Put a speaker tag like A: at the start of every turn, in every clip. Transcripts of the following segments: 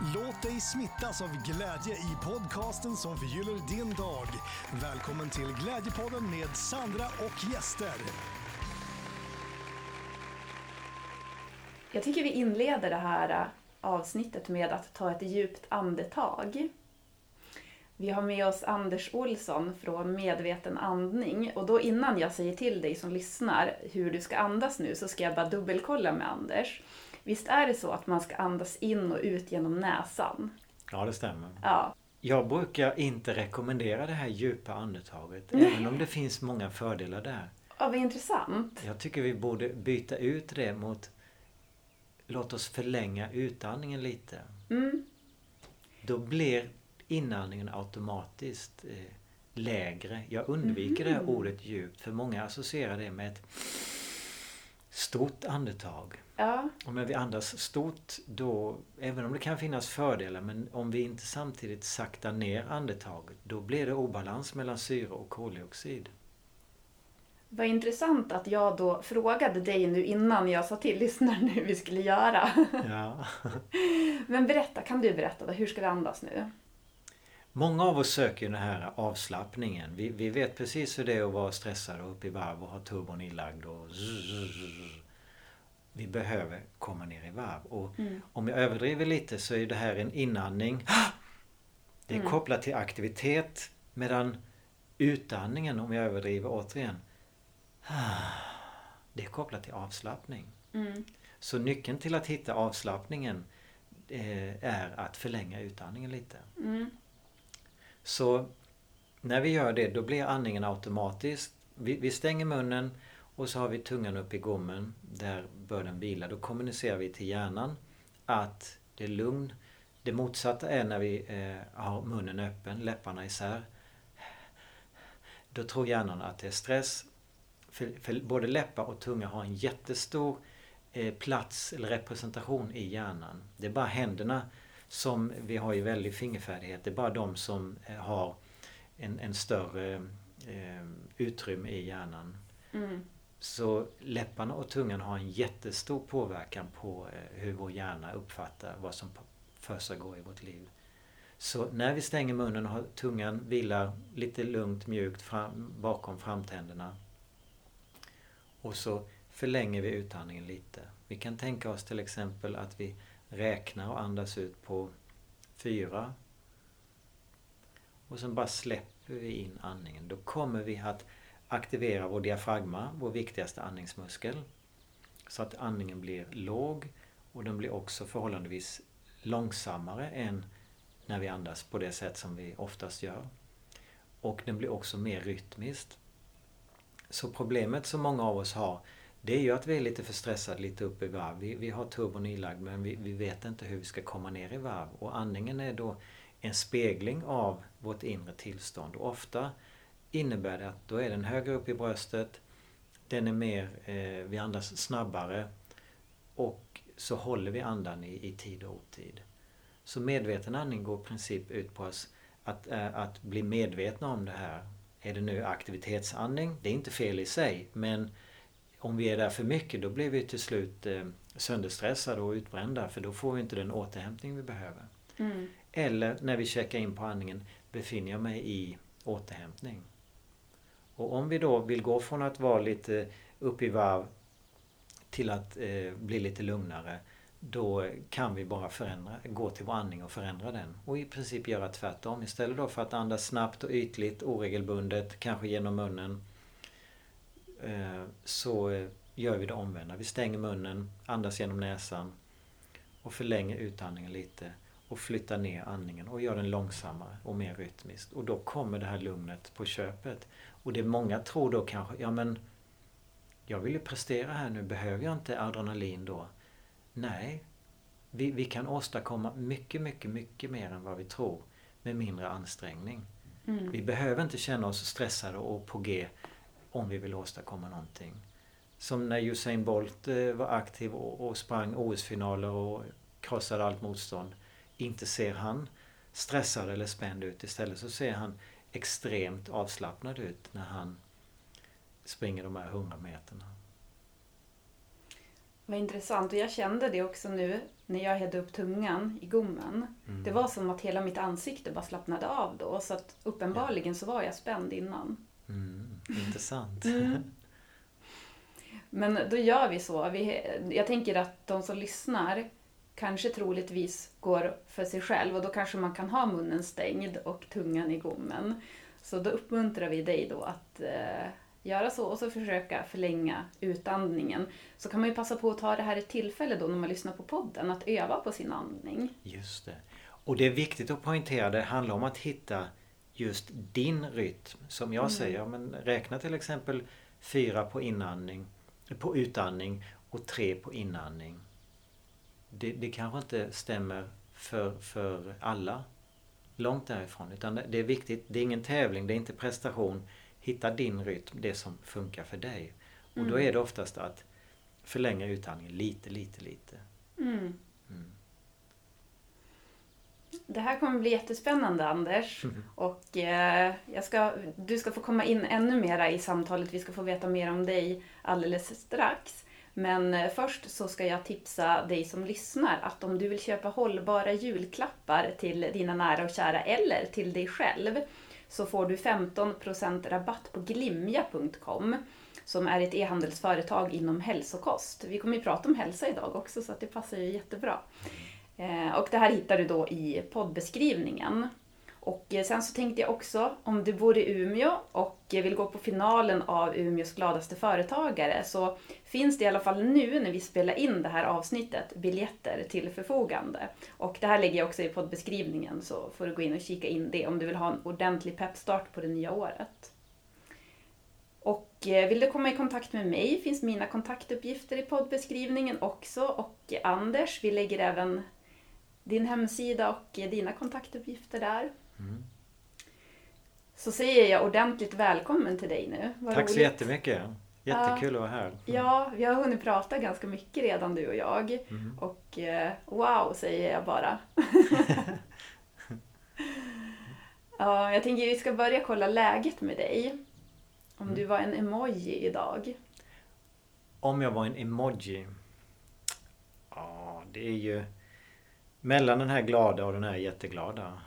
A: Låt dig smittas av glädje i podcasten som förgyller din dag. Välkommen till Glädjepodden med Sandra och gäster.
B: Jag tycker vi inleder det här avsnittet med att ta ett djupt andetag. Vi har med oss Anders Olsson från Medveten andning. Och då innan jag säger till dig som lyssnar hur du ska andas nu så ska jag bara dubbelkolla med Anders. Visst är det så att man ska andas in och ut genom näsan?
C: Ja, det stämmer.
B: Ja.
C: Jag brukar inte rekommendera det här djupa andetaget, även om det finns många fördelar där.
B: Ja, vad intressant.
C: Jag tycker vi borde byta ut det mot låt oss förlänga utandningen lite. Då blir inandningen automatiskt lägre. Jag undviker det här ordet djupt, för många associerar det med ett stort andetag.
B: Ja.
C: Och när vi andas stort, då, även om det kan finnas fördelar, men om vi inte samtidigt saktar ner andetaget, då blir det obalans mellan syre och koldioxid.
B: Vad intressant att jag då frågade dig nu innan jag sa till lyssnaren hur vi skulle göra.
C: Ja.
B: Men kan du berätta då, hur ska vi andas nu?
C: Många av oss söker den här avslappningen. Vi vet precis hur det är att vara stressad och uppe i varv och ha turbon inlagd och vi behöver komma ner i varv. Och om jag överdriver lite så är det här en inandning. Det är kopplat till aktivitet, medan utandningen, om jag överdriver återigen, det är kopplat till avslappning. Så nyckeln till att hitta avslappningen är att förlänga utandningen lite. Så när vi gör det, då blir andningen automatiskt. Vi stänger munnen och så har vi tungan upp i gommen. Där bör den vila. Då kommunicerar vi till hjärnan att det är lugn. Det motsatta är när vi har munnen öppen, läpparna isär. Då tror hjärnan att det är stress. För både läppar och tunga har en jättestor plats eller representation i hjärnan. Det är bara händerna som vi har ju väldigt fingerfärdighet. Det är bara de som har en större utrymme i hjärnan. Så läpparna och tungan har en jättestor påverkan på hur vår hjärna uppfattar vad som försiggår i vårt liv. Så när vi stänger munnen och har tungan vilar lite lugnt, mjukt bakom framtänderna. Och så förlänger vi utandningen lite. Vi kan tänka oss till exempel att vi räknar och andas ut på 4. Och sen bara släpper vi in andningen. Då kommer vi att aktivera vår diafragma, vår viktigaste andningsmuskel. Så att andningen blir låg och den blir också förhållandevis långsammare än när vi andas på det sätt som vi oftast gör. Och den blir också mer rytmiskt. Så problemet som många av oss har, det är ju att vi är lite för stressade, lite uppe i varv. Vi har turbon ilagd, men vi vet inte hur vi ska komma ner i varv. Och andningen är då en spegling av vårt inre tillstånd. Och ofta innebär det att då är den högre upp i bröstet, den är mer, vi andas snabbare och så håller vi andan i tid och otid. Så medveten andning går i princip ut på att bli medvetna om det här. Är det nu aktivitetsandning? Det är inte fel i sig, men om vi är där för mycket, då blir vi till slut sönderstressade och utbrända, för då får vi inte den återhämtning vi behöver. Eller när vi checkar in på andningen, befinner jag mig i återhämtning. Och om vi då vill gå från att vara lite upp i varv till att bli lite lugnare, då kan vi bara gå till vår andning och förändra den. Och i princip göra tvärtom. Istället då för att andas snabbt och ytligt, oregelbundet, kanske genom munnen, så gör vi det omvända. Vi stänger munnen, andas genom näsan och förlänger utandningen lite och flyttar ner andningen och gör den långsammare och mer rytmiskt. Och då kommer det här lugnet på köpet. Och det många tror då kanske, ja men jag vill ju prestera här nu, behöver jag inte adrenalin då? Nej, vi kan åstadkomma mycket, mycket, mycket mer än vad vi tror med mindre ansträngning. Vi behöver inte känna oss stressade och på G om vi vill åstadkomma någonting. Som när Usain Bolt var aktiv och sprang OS-finaler och krossade allt motstånd. Inte ser han stressad eller spänd ut. Istället så ser han extremt avslappnad ut när han springer de här 100 meterna.
B: Vad intressant. Och jag kände det också nu när jag hade upp tungan i gommen. Det var som att hela mitt ansikte bara slappnade av då. Så att uppenbarligen så var jag spänd innan.
C: Intressant.
B: Men då gör vi så. Jag tänker att de som lyssnar kanske troligtvis går för sig själv. Och då kanske man kan ha munnen stängd och tungan i gommen. Så då uppmuntrar vi dig då att göra så och så försöka förlänga utandningen. Så kan man ju passa på att ta det här ett tillfälle då när man lyssnar på podden, att öva på sin andning.
C: Just det. Och det är viktigt att poängtera, det handlar om att hitta just din rytm. Som jag säger, men räkna till exempel 4 på utandning och 3 på inandning. Det kanske inte stämmer för alla långt därifrån. Utan det är viktigt, det är ingen tävling, det är inte prestation. Hitta din rytm, det som funkar för dig. Och då är det oftast att förlänga utandningen lite.
B: Det här kommer bli jättespännande, Anders. Och du ska få komma in ännu mera i samtalet. Vi ska få veta mer om dig alldeles strax. Men först så ska jag tipsa dig som lyssnar att om du vill köpa hållbara julklappar till dina nära och kära eller till dig själv, så får du 15% rabatt på glimja.com, som är ett e-handelsföretag inom hälsokost. Vi kommer ju prata om hälsa idag också, så att det passar ju jättebra. Och det här hittar du då i poddbeskrivningen. Och sen så tänkte jag också, om du bor i Umeå och vill gå på finalen av Umeås gladaste företagare, så finns det i alla fall nu när vi spelar in det här avsnittet biljetter till förfogande. Och det här lägger jag också i poddbeskrivningen, så får du gå in och kika in det om du vill ha en ordentlig peppstart på det nya året. Och vill du komma i kontakt med mig finns mina kontaktuppgifter i poddbeskrivningen också. Och Anders, vi lägger även din hemsida och dina kontaktuppgifter där. Så säger jag ordentligt välkommen till dig nu. Vad
C: Tack
B: roligt.
C: så jättemycket. Jättekul att vara här.
B: Ja, vi har hunnit prata ganska mycket redan, du och jag. Och wow, säger jag bara. Ja, jag tänker att vi ska börja kolla läget med dig. Om du var en emoji idag.
C: Om jag var en emoji? Ja, det är ju mellan den här glada och den här jätteglada.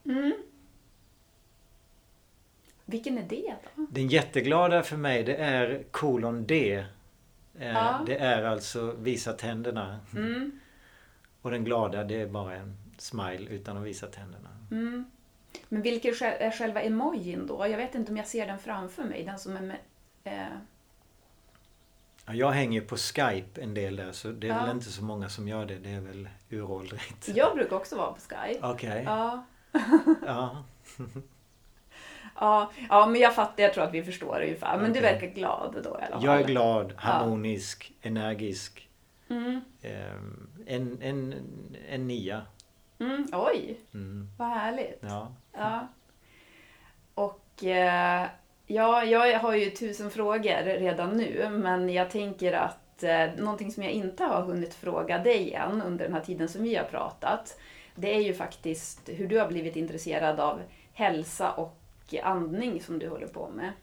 B: Vilken är det då?
C: Den jätteglada för mig, det är :D. Det är alltså visa tänderna. Och den glada, det är bara en smile utan att visa tänderna.
B: Men vilken är själva emojin då? Jag vet inte om jag ser den framför mig. Den som är med...
C: Ja, jag hänger på Skype en del där, så det är väl inte så många som gör det. Det är väl uråldrigt.
B: Jag brukar också vara på Skype.
C: Okej.
B: Ja.
C: Ja.
B: Ja, men jag tror att vi förstår ungefär. Men du verkar glad då i alla fall.
C: Jag är glad, harmonisk, energisk. En 9.
B: Oj, vad härligt.
C: Ja.
B: Och jag har ju 1000 frågor redan nu. Men jag tänker att någonting som jag inte har hunnit fråga dig än under den här tiden som vi har pratat, det är ju faktiskt hur du har blivit intresserad av hälsa och andning som du håller på med.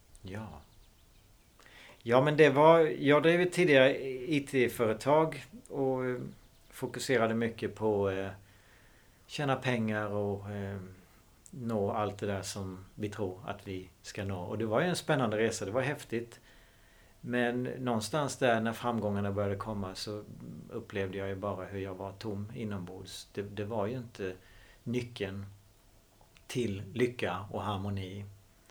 C: Ja, men det var... Jag drev ett tidigare IT-företag och fokuserade mycket på tjäna pengar och nå allt det där som vi tror att vi ska nå. Och det var ju en spännande resa, det var häftigt. Men någonstans där när framgångarna började komma så upplevde jag ju bara hur jag var tom inombords. Det var ju inte nyckeln till lycka och harmoni.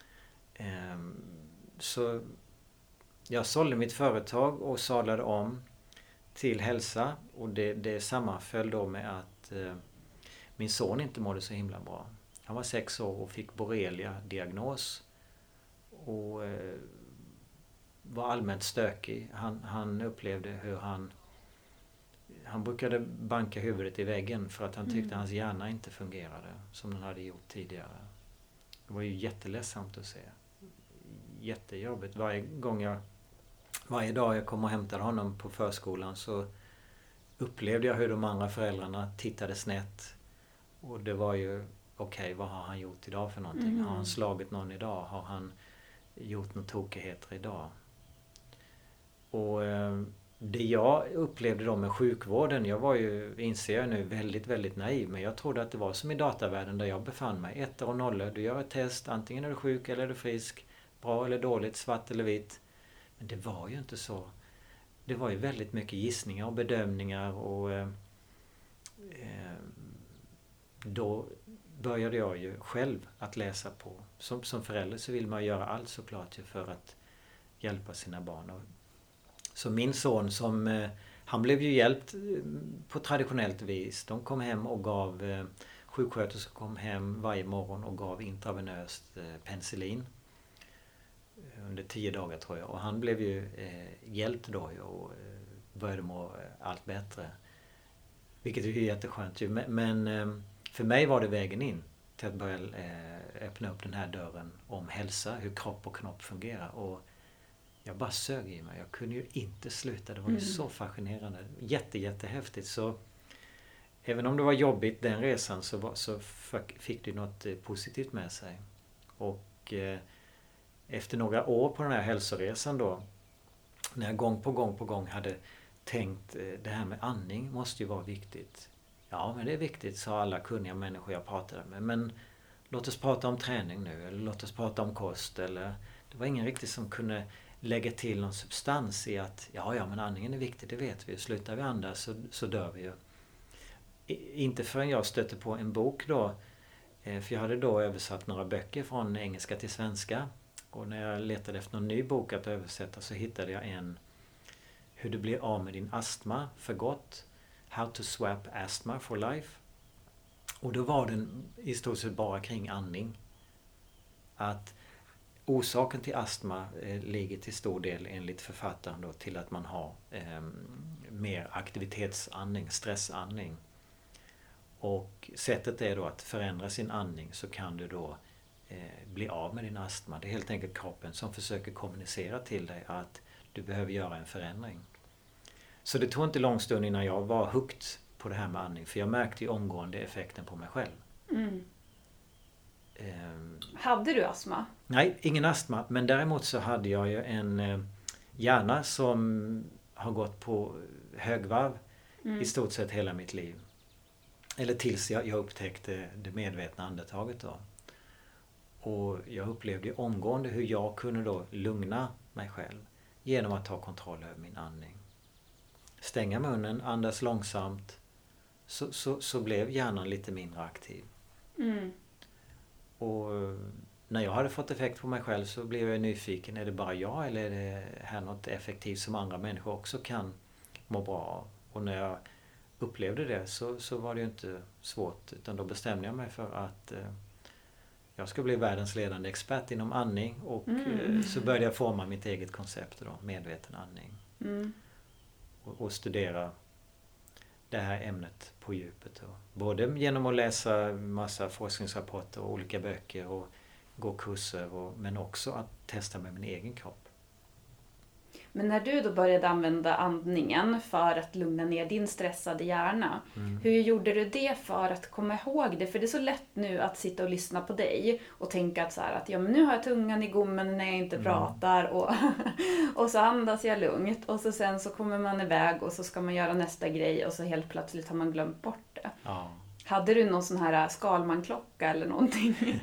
C: Så jag sålde mitt företag och sadlade om till hälsa. Och det sammanföll då med att min son inte mådde så himla bra. Han var 6 år och fick borrelia-diagnos. Och var allmänt stökig. Han upplevde hur han brukade banka huvudet i väggen för att han tyckte hans hjärna inte fungerade som den hade gjort tidigare. Det var ju jätteledsamt att se. Jättejobbigt. Varje dag jag kom och hämtade honom på förskolan så upplevde jag hur de andra föräldrarna tittade snett. Och det var ju okej, vad har han gjort idag för någonting? Har han slagit någon idag? Har han gjort några tokigheter idag? Och det jag upplevde då med sjukvården, jag var ju, inser jag nu, väldigt, väldigt naiv. Men jag trodde att det var som i datavärlden där jag befann mig. 1 och 0. Du gör ett test, antingen är du sjuk eller är du frisk. Bra eller dåligt, svart eller vitt. Men det var ju inte så. Det var ju väldigt mycket gissningar och bedömningar och då började jag ju själv att läsa på. Som förälder så vill man göra allt såklart för att hjälpa sina barn. Så min son han blev ju hjälpt på traditionellt vis. De kom hem och gav, sjuksköterskor kom hem varje morgon och gav intravenöst penicillin. Under 10 dagar tror jag. Och han blev ju hjälpt då och började må allt bättre. Vilket är ju jätteskönt ju. Men för mig var det vägen in till att börja öppna upp den här dörren om hälsa. Hur kropp och knopp fungerar. Och jag bara sög i mig. Jag kunde ju inte sluta. Det var ju så fascinerande. Jättehäftigt. Så även om det var jobbigt den resan så fick det något positivt med sig. Och efter några år på den här hälsoresan då, när jag gång på gång hade tänkt det här med andning måste ju vara viktigt. Ja, men det är viktigt, sa alla kunniga människor jag pratade med. Men låt oss prata om träning nu, eller låt oss prata om kost. Eller, det var ingen riktigt som kunde lägga till någon substans i att ja men andningen är viktig, det vet vi. Slutar vi andas så dör vi ju. Inte förrän jag stötte på en bok då, för jag hade då översatt några böcker från engelska till svenska. Och när jag letade efter någon ny bok att översätta så hittade jag en Hur du blir av med din astma för gott. How to swap asthma for life. Och då var den i stort sett bara kring andning. Att orsaken till astma ligger till stor del enligt författaren då till att man har mer aktivitetsandning, stressandning. Och sättet är då att förändra sin andning så kan du då bli av med din astma. Det är helt enkelt kroppen som försöker kommunicera till dig att du behöver göra en förändring. Så det tog inte lång stund innan jag var hooked på det här med andning. För jag märkte ju omgående effekten på mig själv.
B: Hade du astma?
C: Nej, ingen astma. Men däremot så hade jag ju en hjärna som har gått på högvarv i stort sett hela mitt liv. Eller tills jag upptäckte det medvetna andetaget då. Och jag upplevde ju omgående hur jag kunde då lugna mig själv genom att ta kontroll över min andning. Stänga munnen, andas långsamt, så blev hjärnan lite mindre aktiv. Och när jag hade fått effekt på mig själv så blev jag nyfiken, är det bara jag eller är det här något effektivt som andra människor också kan må bra av? Och när jag upplevde det så var det ju inte svårt, utan då bestämde jag mig för att jag ska bli världens ledande expert inom andning och så började jag forma mitt eget koncept då, medveten andning. Och studera det här ämnet på djupet då. Både genom att läsa massa forskningsrapporter och olika böcker och gå kurser men också att testa med min egen kropp.
B: Men när du då började använda andningen för att lugna ner din stressade hjärna, hur gjorde du det för att komma ihåg det? För det är så lätt nu att sitta och lyssna på dig och tänka att, så här, att ja, men nu har jag tungan i gommen när jag inte pratar och så andas jag lugnt och så sen så kommer man iväg och så ska man göra nästa grej och så helt plötsligt har man glömt bort det.
C: Ja.
B: Hade du någon sån här Skalman-klocka eller någonting?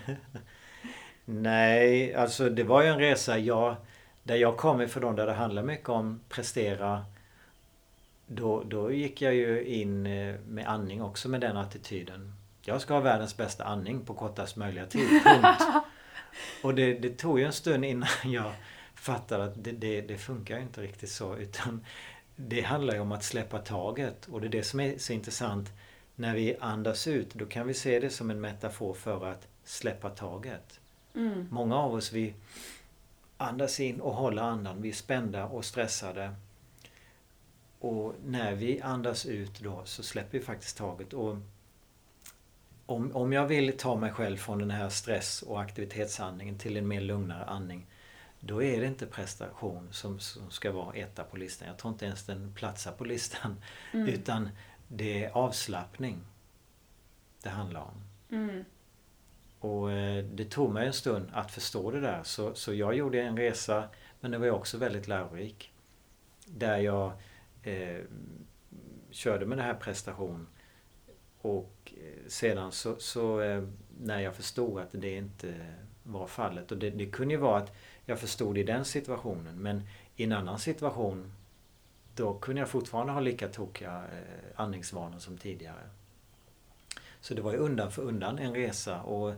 C: Nej, alltså det var ju en resa där jag kom ifrån där det handlar mycket om prestera. Då gick jag ju in med andning också med den attityden. Jag ska ha världens bästa andning på kortast möjliga tid. Punkt. Och det tog ju en stund innan jag fattade att det funkar inte riktigt så. Utan det handlar ju om att släppa taget. Och det är det som är så intressant. När vi andas ut, då kan vi se det som en metafor för att släppa taget. Många av oss, vi andas in och håller andan. Vi är spända och stressade. Och när vi andas ut då så släpper vi faktiskt taget. Och om jag vill ta mig själv från den här stress- och aktivitetsandningen till en mer lugnare andning, då är det inte prestation som ska vara etta på listan. Jag tror inte ens den platsar på listan. Utan det är avslappning det handlar om. Och det tog mig en stund att förstå det där. Så jag gjorde en resa, men det var också väldigt lärorik. Där jag körde med det här prestation. Och sedan så när jag förstod att det inte var fallet. Och det kunde ju vara att jag förstod i den situationen. Men i en annan situation då kunde jag fortfarande ha lika tokiga andningsvanor som tidigare. Så det var ju undan för undan en resa. Och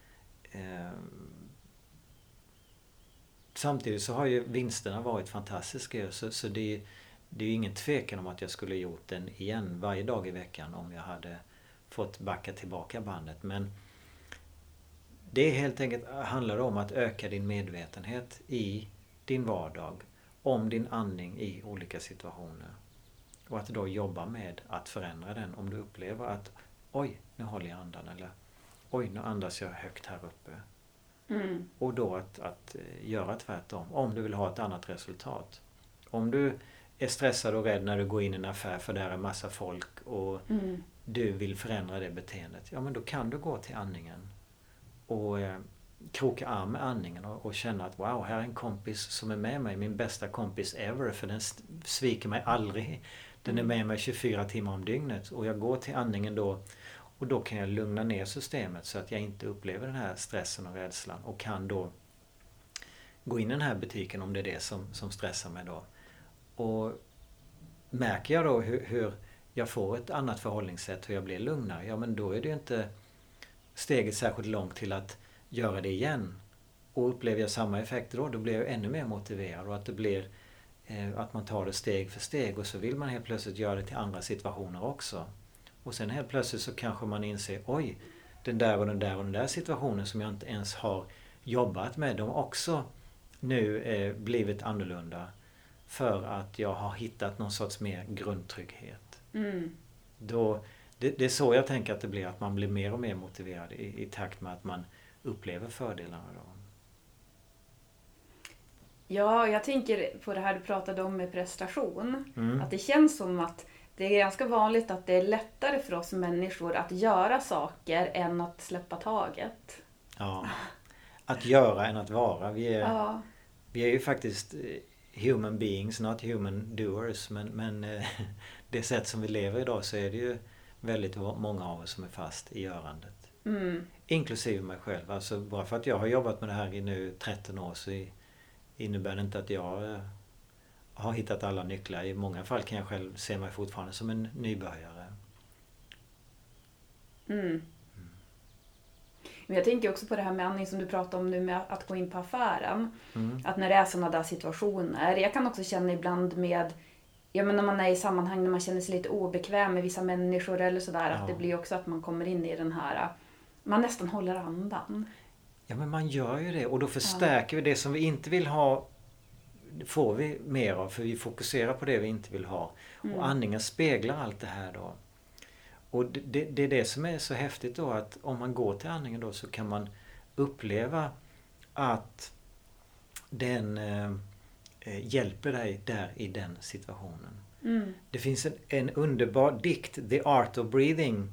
C: samtidigt så har ju vinsterna varit fantastiska. Så det är ju ingen tvekan om att jag skulle gjort den igen varje dag i veckan om jag hade fått backa tillbaka bandet. Men det är helt enkelt handlar om att öka din medvetenhet i din vardag om din andning i olika situationer. Och att då jobba med att förändra den om du upplever att oj, nu håller jag andan eller oj, nu andas jag högt här uppe.
B: Mm.
C: Och då att göra tvärtom om du vill ha ett annat resultat. Om du är stressad och rädd när du går in i en affär för där är massa folk och du vill förändra det beteendet. Ja, men då kan du gå till andningen och kroka arm med andningen och känna att wow, här är en kompis som är med mig, min bästa kompis ever, för den sviker mig aldrig. Den är med mig 24 timmar om dygnet och jag går till andningen då och då kan jag lugna ner systemet så att jag inte upplever den här stressen och rädslan och kan då gå in i den här butiken om det är det som stressar mig då. Och märker jag då hur jag får ett annat förhållningssätt, hur jag blir lugnare, ja men då är det ju inte steget särskilt långt till att göra det igen. Och upplever jag samma effekter då blir jag ännu mer motiverad och att det blir att man tar det steg för steg och så vill man helt plötsligt göra det till andra situationer också. Och sen helt plötsligt så kanske man inser, oj, den där och den där och den där situationen som jag inte ens har jobbat med, de har också nu blivit annorlunda för att jag har hittat någon sorts mer grundtrygghet. Då, det är så jag tänker att det blir, att man blir mer och mer motiverad i takt med att man upplever fördelarna då.
B: Ja, jag tänker på det här du pratade om med prestation. Att det känns som att det är ganska vanligt att det är lättare för oss människor att göra saker än att släppa taget.
C: Ja, att göra än att vara. Vi är ju faktiskt human beings, not human doers. Men det sätt som vi lever idag så är det ju väldigt många av oss som är fast i görandet. Inklusive mig själv. Alltså bara för att jag har jobbat med det här i nu 13 år så innebär det inte att jag har hittat alla nycklar. I många fall kan jag själv se mig fortfarande som en nybörjare.
B: Men jag tänker också på det här med andning som du pratade om nu med att gå in på affären. Att när det är sådana där situationer. Jag kan också känna ibland med, ja men när man är i sammanhang när man känner sig lite obekväm med vissa människor eller sådär. Att det blir också att man kommer in i den här, man nästan håller andan.
C: Ja men man gör ju det och då förstärker vi det som vi inte vill ha, får vi mer av för vi fokuserar på det vi inte vill ha. Och andningen speglar allt det här då. Och det är det som är så häftigt då, att om man går till andningen då så kan man uppleva att den hjälper dig där i den situationen. Det finns en underbar dikt, The Art of Breathing,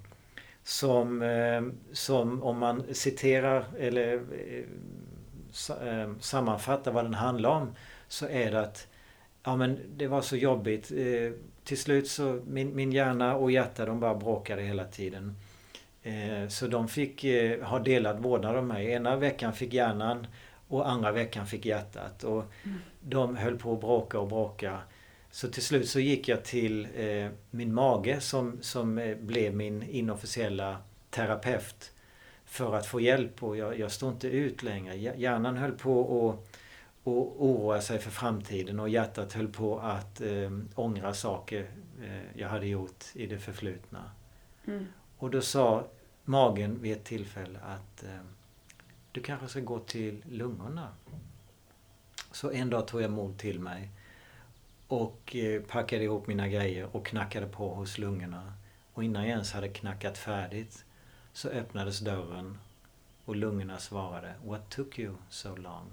C: som om man citerar eller sammanfattar vad den handlar om, så är det att ja men det var så jobbigt. Till slut så min hjärna och hjärta de bara bråkade hela tiden. Så de fick ha delad vårdnad om mig. Ena veckan fick hjärnan och andra veckan fick hjärtat. Och de höll på att bråka och bråka. Så till slut så gick jag till min mage som blev min inofficiella terapeut för att få hjälp. Och jag stod inte ut längre. Hjärnan höll på och oroa sig för framtiden och hjärtat höll på att ångra saker jag hade gjort i det förflutna. Och då sa magen vid ett tillfälle att du kanske ska gå till lungorna. Så en dag tog jag mod till mig och packade ihop mina grejer och knackade på hos lungorna. Och innan jag ens hade knackat färdigt så öppnades dörren och lungorna svarade: What took you so long?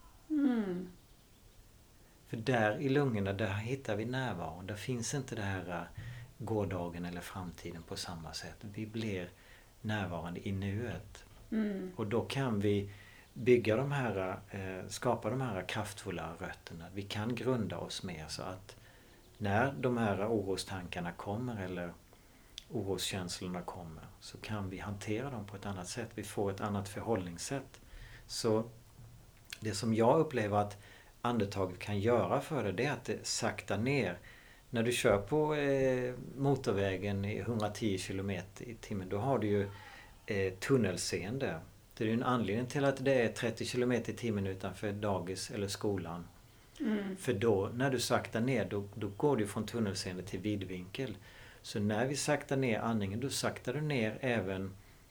C: För där i lungorna, där hittar vi närvaron. Där finns inte det här gårdagen eller framtiden på samma sätt. Vi blir närvarande i nuet. Och då kan vi bygga de här, skapa de här kraftfulla rötterna. Vi kan grunda oss mer så att när de här orostankarna kommer eller oroskänslorna kommer, så kan vi hantera dem på ett annat sätt. Vi får ett annat förhållningssätt. Så det som jag upplever att andetaget kan göra för dig, det är att det saktar ner. När du kör på motorvägen i 110 km i timmen, då har du ju tunnelseende. Det är ju en anledning till att det är 30 km i timmen utanför dagis eller skolan. För då, när du saktar ner, då går du från tunnelseende till vidvinkel. Så när vi saktar ner andningen, då saktar du ner även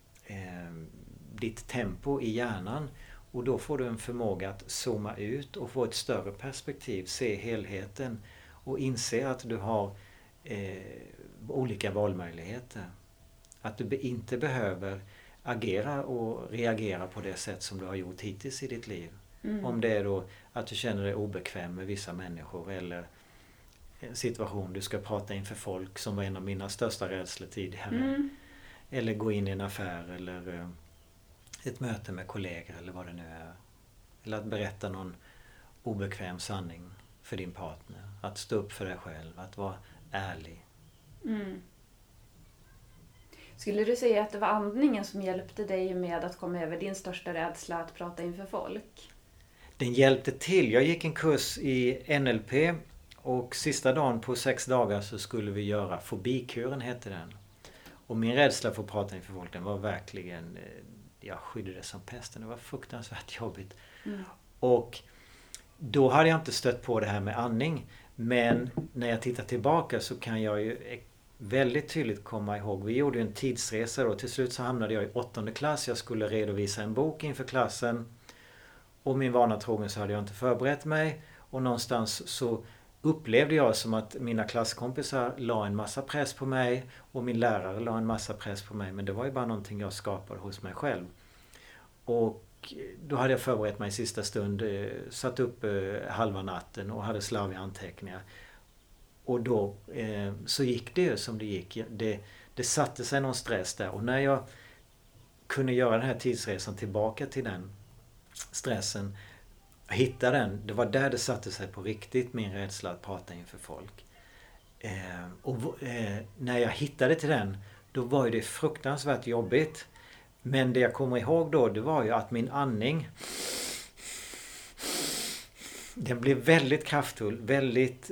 C: ditt tempo i hjärnan. Och då får du en förmåga att zooma ut och få ett större perspektiv, se helheten och inse att du har olika valmöjligheter. Att du inte behöver agera och reagera på det sätt som du har gjort hittills i ditt liv. Om det är då att du känner dig obekväm med vissa människor eller en situation du ska prata inför folk, som var en av mina största rädslor tidigare. Eller gå in i en affär eller ett möte med kollegor eller vad det nu är. Eller att berätta någon obekväm sanning för din partner. Att stå upp för dig själv, att vara ärlig.
B: Skulle du säga att det var andningen som hjälpte dig med att komma över din största rädsla att prata inför folk?
C: Den hjälpte till. Jag gick en kurs i NLP och sista dagen på 6 dagar så skulle vi göra fobikuren, hette den. Och min rädsla för att prata inför folk, den var verkligen, jag skyddade det som pesten. Det var fruktansvärt jobbigt. Och då hade jag inte stött på det här med andning. Men när jag tittar tillbaka så kan jag ju väldigt tydligt komma ihåg. Vi gjorde en tidsresa då. Till slut så hamnade jag i 8:e klass. Jag skulle redovisa en bok inför klassen. Och min vana trogen så hade jag inte förberett mig. Och någonstans så upplevde jag som att mina klasskompisar la en massa press på mig. Och min lärare la en massa press på mig. Men det var ju bara någonting jag skapade hos mig själv. Och då hade jag förberett mig i sista stund. Satt upp halva natten och hade slarviga anteckningar. Och då så gick det ju som det gick. Det satte sig någon stress där. Och när jag kunde göra den här tidsresan tillbaka till den stressen, hitta den, det var där det satte sig på riktigt, min rädsla att prata inför folk. När jag hittade till den, då var det fruktansvärt jobbigt. Men det jag kommer ihåg då, det var ju att min andning, den blev väldigt kraftfull, väldigt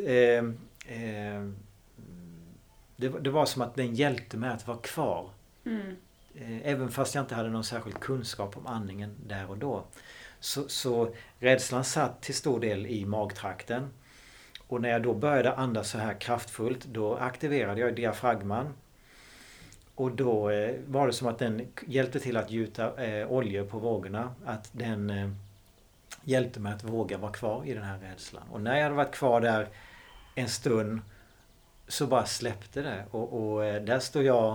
C: det var som att den hjälpte mig att vara kvar. Även fast jag inte hade någon särskild kunskap om andningen där och då. Så rädslan satt till stor del i magtrakten. Och när jag då började andas så här kraftfullt, då aktiverade jag diafragman. Och då var det som att den hjälpte till att gjuta oljor på vågorna. Att den hjälpte mig att våga vara kvar i den här rädslan. Och när jag hade varit kvar där en stund så bara släppte det. Och där står jag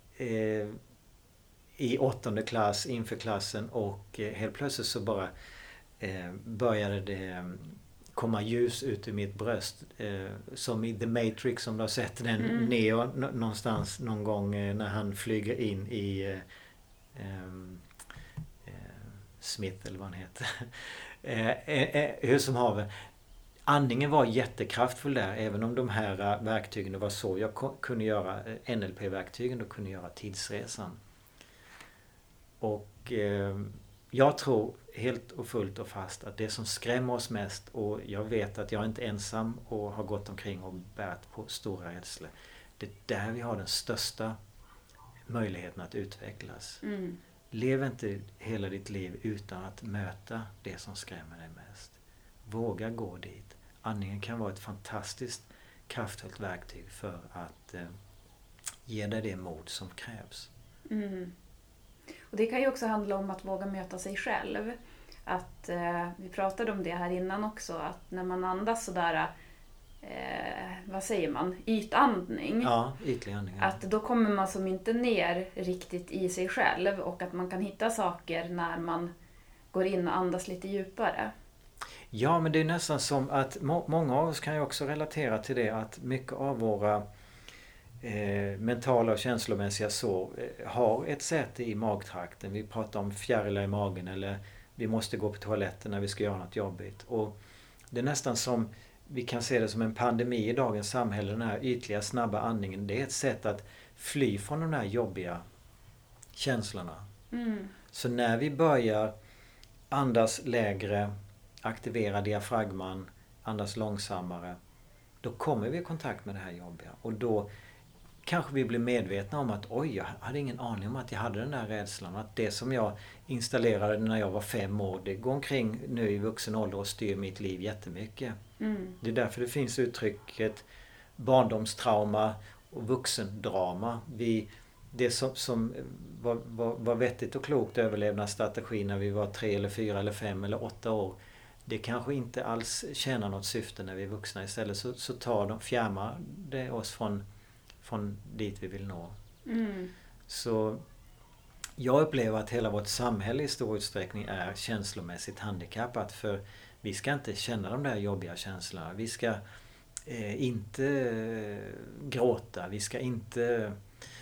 C: i 8:e klass inför klassen och helt plötsligt så bara började det komma ljus ut ur mitt bröst. Som i The Matrix, som du har sett den Neo någonstans någon gång när han flyger in i Smith eller vad han heter. Hur som haver. Andningen var jättekraftfull där, även om de här verktygen, det var så jag kunde göra NLP-verktygen och kunde göra tidsresan. Och jag tror helt och fullt och fast att det som skrämmer oss mest, och jag vet att jag inte är ensam och har gått omkring och bärt på stora rädslor, det är där vi har den största möjligheten att utvecklas. Lev inte hela ditt liv utan att möta det som skrämmer dig mest. Våga gå dit. Andningen kan vara ett fantastiskt kraftfullt verktyg för att ge dig det mod som krävs.
B: Och det kan ju också handla om att våga möta sig själv. Att vi pratade om det här innan också, att när man andas sådär, vad säger man, ytandning.
C: Ja, ytlig andning. Ja.
B: Att då kommer man som inte ner riktigt i sig själv, och att man kan hitta saker när man går in och andas lite djupare.
C: Ja, men det är nästan som att många av oss kan ju också relatera till det, att mycket av våra mentala och känslomässiga sår har ett säte i magtrakten. Vi pratar om fjärilar i magen, eller vi måste gå på toaletten när vi ska göra något jobbigt. Och det är nästan som vi kan se det som en pandemi i dagens samhälle, den här ytliga snabba andningen. Det är ett sätt att fly från de här jobbiga känslorna. Så när vi börjar andas lägre, aktivera diafragman, andas långsammare, då kommer vi i kontakt med det här jobbiga. Och då kanske vi blir medvetna om att oj, jag hade ingen aning om att jag hade den här rädslan. Att det som jag installerade när jag var 5 år, det går omkring nu i vuxen ålder och styr mitt liv jättemycket. Det är därför det finns uttrycket barndomstrauma och vuxendrama. Det som var vettigt och klokt överlevnadsstrategi när vi var 3 eller 4 eller 5 eller 8 år, det kanske inte alls tjänar något syfte när vi är vuxna. Istället så fjärmar det oss från dit vi vill nå. Så jag upplever att hela vårt samhälle i stor utsträckning är känslomässigt handikappat, för vi ska inte känna de där jobbiga känslorna. Vi ska inte gråta, vi ska inte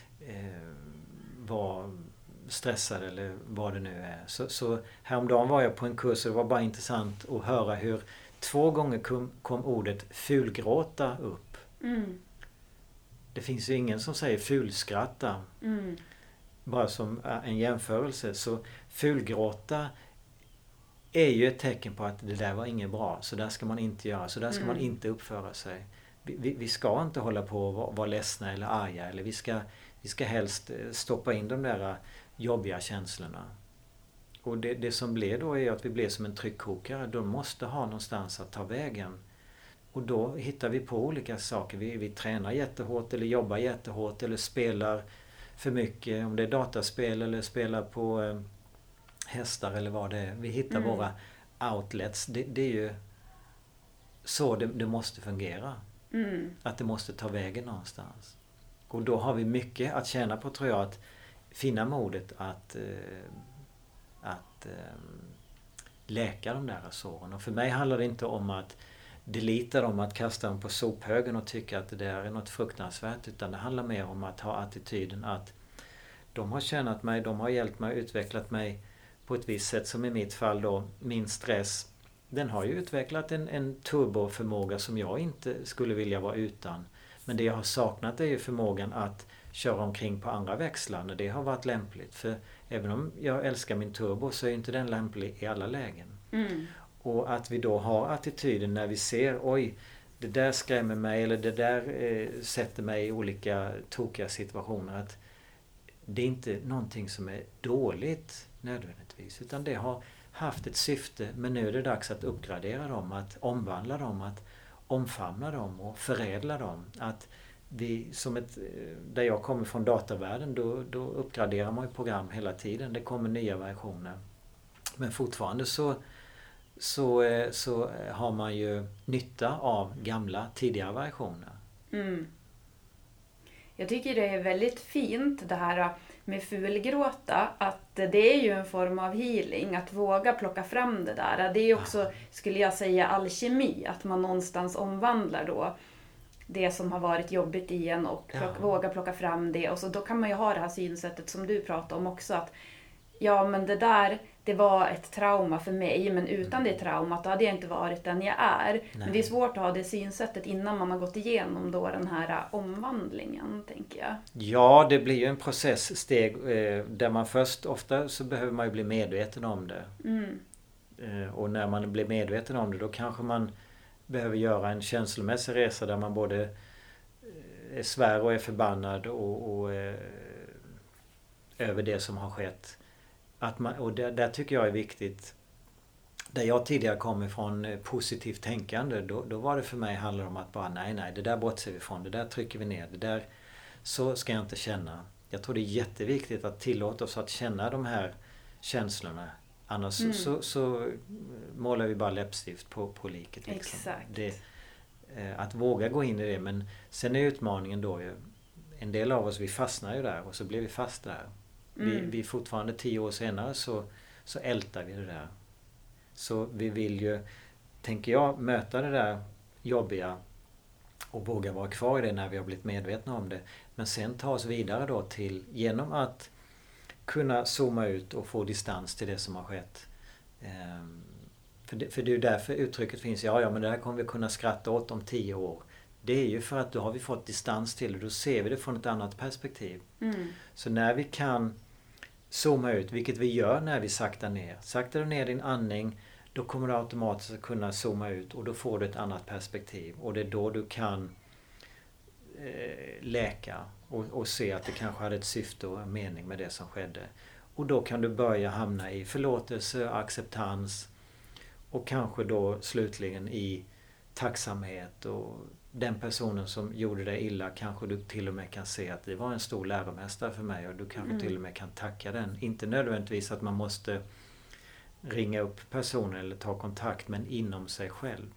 C: vara stressade eller vad det nu är. Så häromdagen var jag på en kurs och det var bara intressant att höra hur 2 gånger kom ordet fulgråta upp. Det finns ju ingen som säger fulskratta. Bara som en jämförelse. Så fulgråta är ju ett tecken på att det där var inget bra. Så där ska man inte göra. Så där ska man inte uppföra sig. Vi ska inte hålla på och vara ledsna eller arga. Eller vi ska helst stoppa in de där jobbiga känslorna. Och det som blir då är att vi blir som en tryckkokare. De måste ha någonstans att ta vägen. Och då hittar vi på olika saker. Vi tränar jättehårt eller jobbar jättehårt eller spelar för mycket. Om det är dataspel eller spelar på hästar eller vad det är. Vi hittar våra outlets. Det är ju så det måste fungera. Att det måste ta vägen någonstans. Och då har vi mycket att tjäna på, tror jag, att finna modet att läka de där såren. Och för mig handlar det inte om att delita dem, att kasta dem på sophögen och tycka att det där är något fruktansvärt, utan det handlar mer om att ha attityden att de har tjänat mig, de har hjälpt mig, utvecklat mig på ett visst sätt, som i mitt fall då, min stress, den har ju utvecklat en turboförmåga som jag inte skulle vilja vara utan. Men det jag har saknat är ju förmågan att köra omkring på andra växlar när det har varit lämpligt. För även om jag älskar min turbo så är inte den lämplig i alla lägen. Och att vi då har attityden när vi ser, oj, det där skrämmer mig eller det där sätter mig i olika tokiga situationer. Att det är inte någonting som är dåligt nödvändigtvis, utan det har haft ett syfte, men nu är det dags att uppgradera dem, att omvandla dem, att omfamna dem och förädla dem. Att vi, där jag kommer från datavärlden, då uppgraderar man ju program hela tiden. Det kommer nya versioner. Men fortfarande så har man ju nytta av gamla, tidigare versioner.
B: Jag tycker det är väldigt fint det här med fulgråta, att det är ju en form av healing, att våga plocka fram det där. Det är också, skulle jag säga, alkemi, att man någonstans omvandlar då det som har varit jobbigt i en och våga plocka fram det. Och så då kan man ju ha det här synsättet som du pratade om också, att ja, men det där, det var ett trauma för mig, men utan det traumat då hade jag inte varit den jag är. Nej. Men det är svårt att ha det synsättet innan man har gått igenom då den här omvandlingen, tänker jag.
C: Ja, det blir ju en processsteg där man först, ofta så behöver man ju bli medveten om det. Och när man blir medveten om det, då kanske man behöver göra en känslomässig resa där man både är svär och är förbannad och över det som har skett. Och där tycker jag är viktigt. Där jag tidigare kom ifrån positivt tänkande, då var det för mig handlar om att bara nej, det där bortser vi ifrån, det där trycker vi ner, det där så ska jag inte känna. Jag tror det är jätteviktigt att tillåta oss att känna de här känslorna. Annars så målar vi bara läppstift på liket. Liksom.
B: Exakt.
C: Att våga gå in i det, men sen är utmaningen då ju, en del av oss vi fastnar ju där och så blir vi fast där. Vi fortfarande 10 år senare så ältar vi det där. Så vi vill ju, tänker jag, möta det där jobbiga och våga vara kvar i det när vi har blivit medvetna om det. Men sen ta oss vidare då till, genom att kunna zooma ut och få distans till det som har skett. För det är ju därför uttrycket finns, ja men det här kommer vi kunna skratta åt om 10 år. Det är ju för att då har vi fått distans till det, då ser vi det från ett annat perspektiv. Så när vi kan zooma ut, vilket vi gör när vi saktar ner. Saktar du ner din andning, då kommer du automatiskt att kunna zooma ut och då får du ett annat perspektiv. Och det är då du kan läka och se att det kanske hade ett syfte och en mening med det som skedde. Och då kan du börja hamna i förlåtelse, acceptans och kanske då slutligen i tacksamhet. Och den personen som gjorde dig illa kanske du till och med kan se att det var en stor läromästare för mig och du kanske till och med kan tacka den. Inte nödvändigtvis att man måste ringa upp personen eller ta kontakt, men inom sig själv.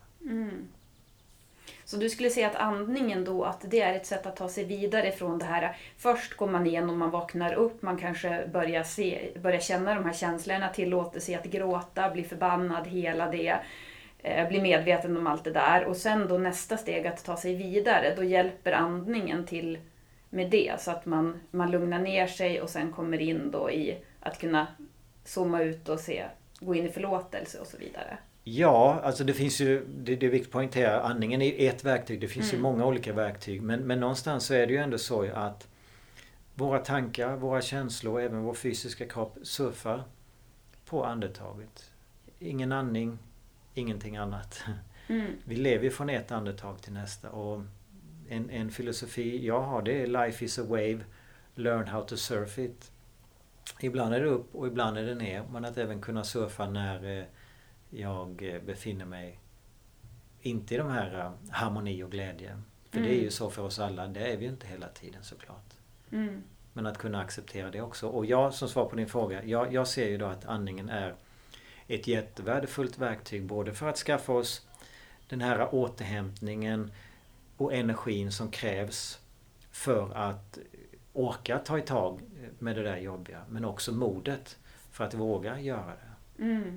B: Så du skulle säga att andningen då, att det är ett sätt att ta sig vidare från det här. Först går man igenom, man vaknar upp, man kanske börjar känna de här känslorna, tillåter sig att gråta, bli förbannad, hela det, bli medveten om allt det där. Och sen då nästa steg att ta sig vidare, då hjälper andningen till med det. Så att man lugnar ner sig och sen kommer in då i att kunna zooma ut och gå in i förlåtelse och så vidare.
C: Ja, alltså det finns ju, det är viktigt att poängtera, andningen är ett verktyg, det finns ju många olika verktyg, men någonstans så är det ju ändå så att våra tankar, våra känslor och även vår fysiska kropp surfar på andetaget. Ingen andning, ingenting annat. Vi lever ju från ett andetag till nästa, och en filosofi jag har, det är life is a wave, learn how to surf it. Ibland är det upp och ibland är det ner, men att även kunna surfa när jag befinner mig inte i de här harmoni och glädje. För det är ju så för oss alla, det är vi ju inte hela tiden såklart. Men att kunna acceptera det också. Och jag, som svar på din fråga, jag ser ju då att andningen är ett jättevärdefullt verktyg både för att skaffa oss den här återhämtningen och energin som krävs för att orka ta i tag med det där jobbiga, men också modet för att våga göra det.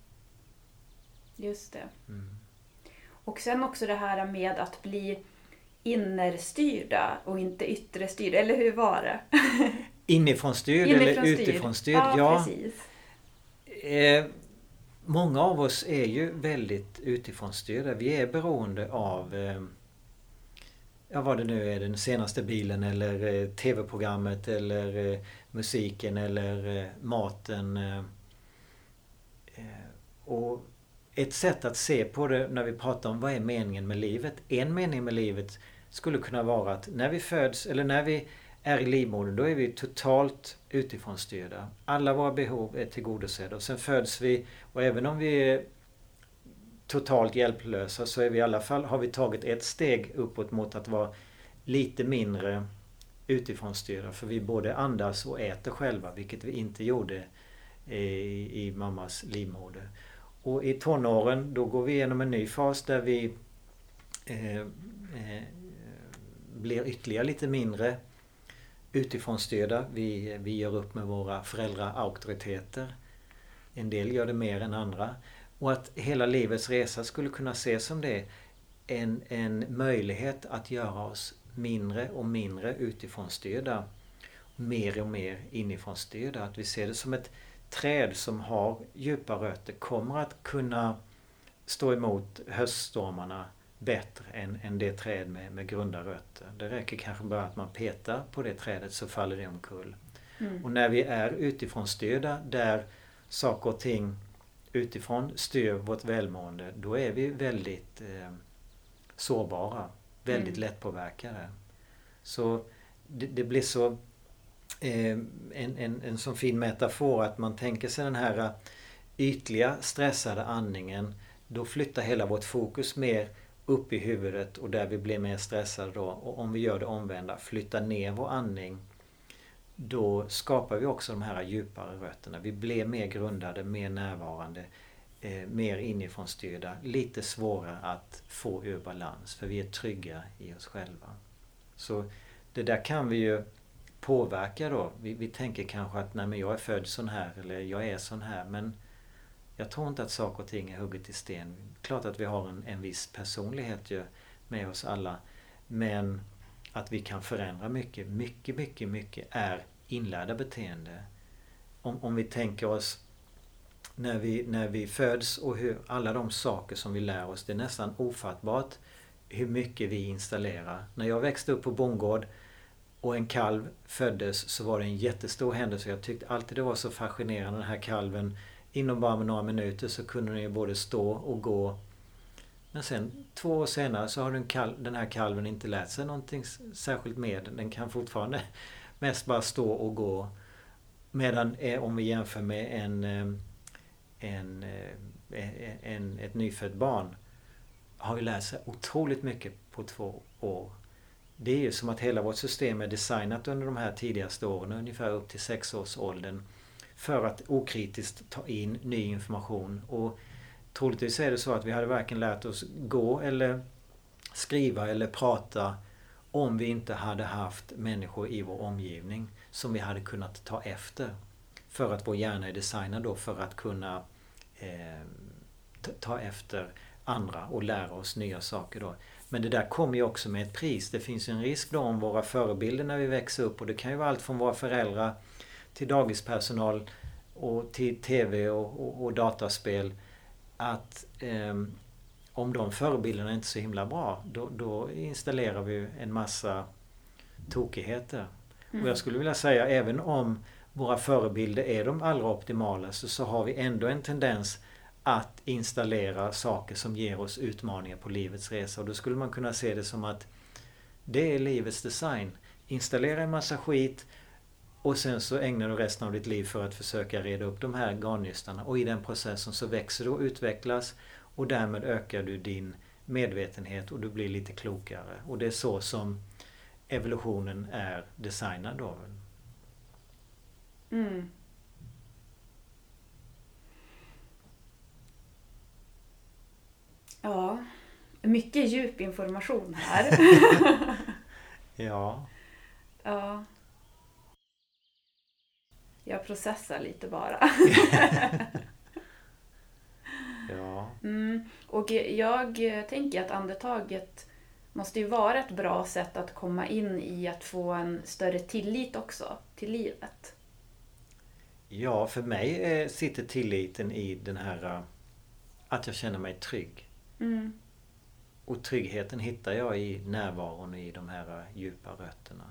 B: Just det. Och sen också det här med att bli innerstyrda och inte ytterstyrda, eller hur var det?
C: Inifrån styrd eller utifrån styrd?
B: Ja, precis.
C: Många av oss är ju väldigt utifrån styrda. Vi är beroende av vad det nu är, den senaste bilen eller tv-programmet eller musiken eller maten. Och ett sätt att se på det när vi pratar om vad är meningen med livet. En mening med livet skulle kunna vara att när vi föds eller när vi är i livmodern, då är vi totalt utifrån styrda. Alla våra behov är tillgodosedda och sen föds vi, och även om vi är totalt hjälplösa så är vi i alla fall, har vi tagit ett steg uppåt mot att vara lite mindre utifrån styrda, för vi både andas och äter själva, vilket vi inte gjorde i mammas livmoder. Och i tonåren då går vi igenom en ny fas där vi blir ytterligare lite mindre utifrån styrda. Vi gör upp med våra föräldraauktoriteter. En del gör det mer än andra. Och att hela livets resa skulle kunna ses som det. En möjlighet att göra oss mindre och mindre utifrån styrda. Mer och mer inifrån styrda. Att vi ser det som ett träd som har djupa rötter kommer att kunna stå emot höststormarna bättre än det träd med grunda rötter. Det räcker kanske bara att man petar på det trädet så faller det omkull. Och när vi är utifrån styrda, där saker och ting utifrån styr vårt välmående, då är vi väldigt sårbara, väldigt lättpåverkade. Så det blir så en sån fin metafor att man tänker sig den här ytliga stressade andningen, då flyttar hela vårt fokus mer upp i huvudet och där vi blir mer stressade då. Och om vi gör det omvända, flyttar ner vår andning, då skapar vi också de här djupare rötterna. Vi blir mer grundade, mer närvarande, mer inifrån styrda, lite svårare att få ur balans för vi är trygga i oss själva. Så det där kan vi ju påverka då. Vi tänker kanske att nej, men jag är född sån här eller jag är sån här, men jag tror inte att saker och ting är hugget i sten. Klart att vi har en viss personlighet ju med oss alla, men att vi kan förändra mycket är inlärda beteende. Om vi tänker oss när vi föds och hur alla de saker som vi lär oss, det är nästan ofattbart hur mycket vi installerar. När jag växte upp på bondgård och en kalv föddes så var det en jättestor händelse. Jag tyckte alltid det var så fascinerande, den här kalven. Inom bara några minuter så kunde den ju både stå och gå. Men sen 2 år senare så har den här kalven inte lärt sig någonting särskilt med. Den kan fortfarande mest bara stå och gå. Medan om vi jämför med ett nyfött barn har ju lärt sig otroligt mycket på 2 år. Det är ju som att hela vårt system är designat under de här tidigaste åren, ungefär upp till 6-årsåldern, för att okritiskt ta in ny information. Och troligtvis är det så att vi hade varken lärt oss gå eller skriva eller prata om vi inte hade haft människor i vår omgivning som vi hade kunnat ta efter. För att vår hjärna är designad då för att kunna ta efter andra och lära oss nya saker då. Men det där kommer ju också med ett pris. Det finns en risk då om våra förebilder när vi växer upp, och det kan ju vara allt från våra föräldrar till dagispersonal och till tv och dataspel, att om de förebilderna är inte så himla bra, då installerar vi en massa tokigheter. Och jag skulle vilja säga, även om våra förebilder är de allra optimalaste, så har vi ändå en tendens att installera saker som ger oss utmaningar på livets resa. Och då skulle man kunna se det som att det är livets design. Installera en massa skit och sen så ägnar du resten av ditt liv för att försöka reda upp de här garnnystarna. Och i den processen så växer du och utvecklas, och därmed ökar du din medvetenhet och du blir lite klokare. Och det är så som evolutionen är designad då.
B: Mm. Ja, mycket djup information här.
C: Ja.
B: Ja. Jag processar lite bara.
C: Ja.
B: Och jag tänker att andetaget måste ju vara ett bra sätt att komma in i att få en större tillit också till livet.
C: Ja, för mig sitter tilliten i den här att jag känner mig trygg. Och tryggheten hittar jag i närvaron i de här djupa rötterna.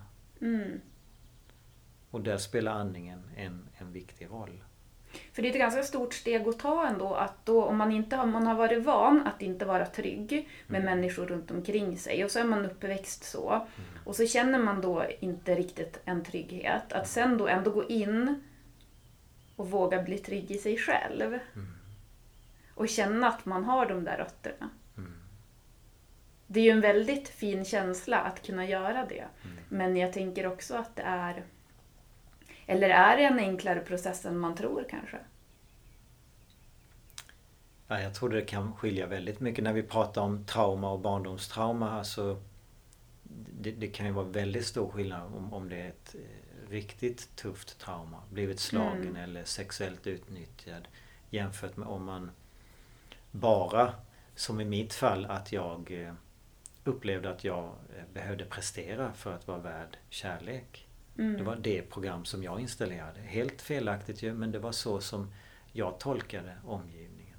C: Och där spelar andningen en viktig roll.
B: För det är ett ganska stort steg att ta ändå, att då, om man har varit van att inte vara trygg med människor runt omkring sig, och så är man uppväxt så, och så känner man då inte riktigt en trygghet, att sen då ändå gå in och våga bli trygg i sig själv. Och känna att man har de där rötterna. Det är ju en väldigt fin känsla att kunna göra det. Men jag tänker också att det är... Eller är det en enklare process än man tror kanske?
C: Ja, jag tror det kan skilja väldigt mycket när vi pratar om trauma och barndomstrauma. Alltså, det kan ju vara väldigt stor skillnad om det är ett riktigt tufft trauma. Blivit slagen eller sexuellt utnyttjad. Jämfört med om man bara, som i mitt fall, att jag upplevde att jag behövde prestera för att vara värd kärlek. Det var det program som jag installerade. Helt felaktigt ju, men det var så som jag tolkade omgivningen.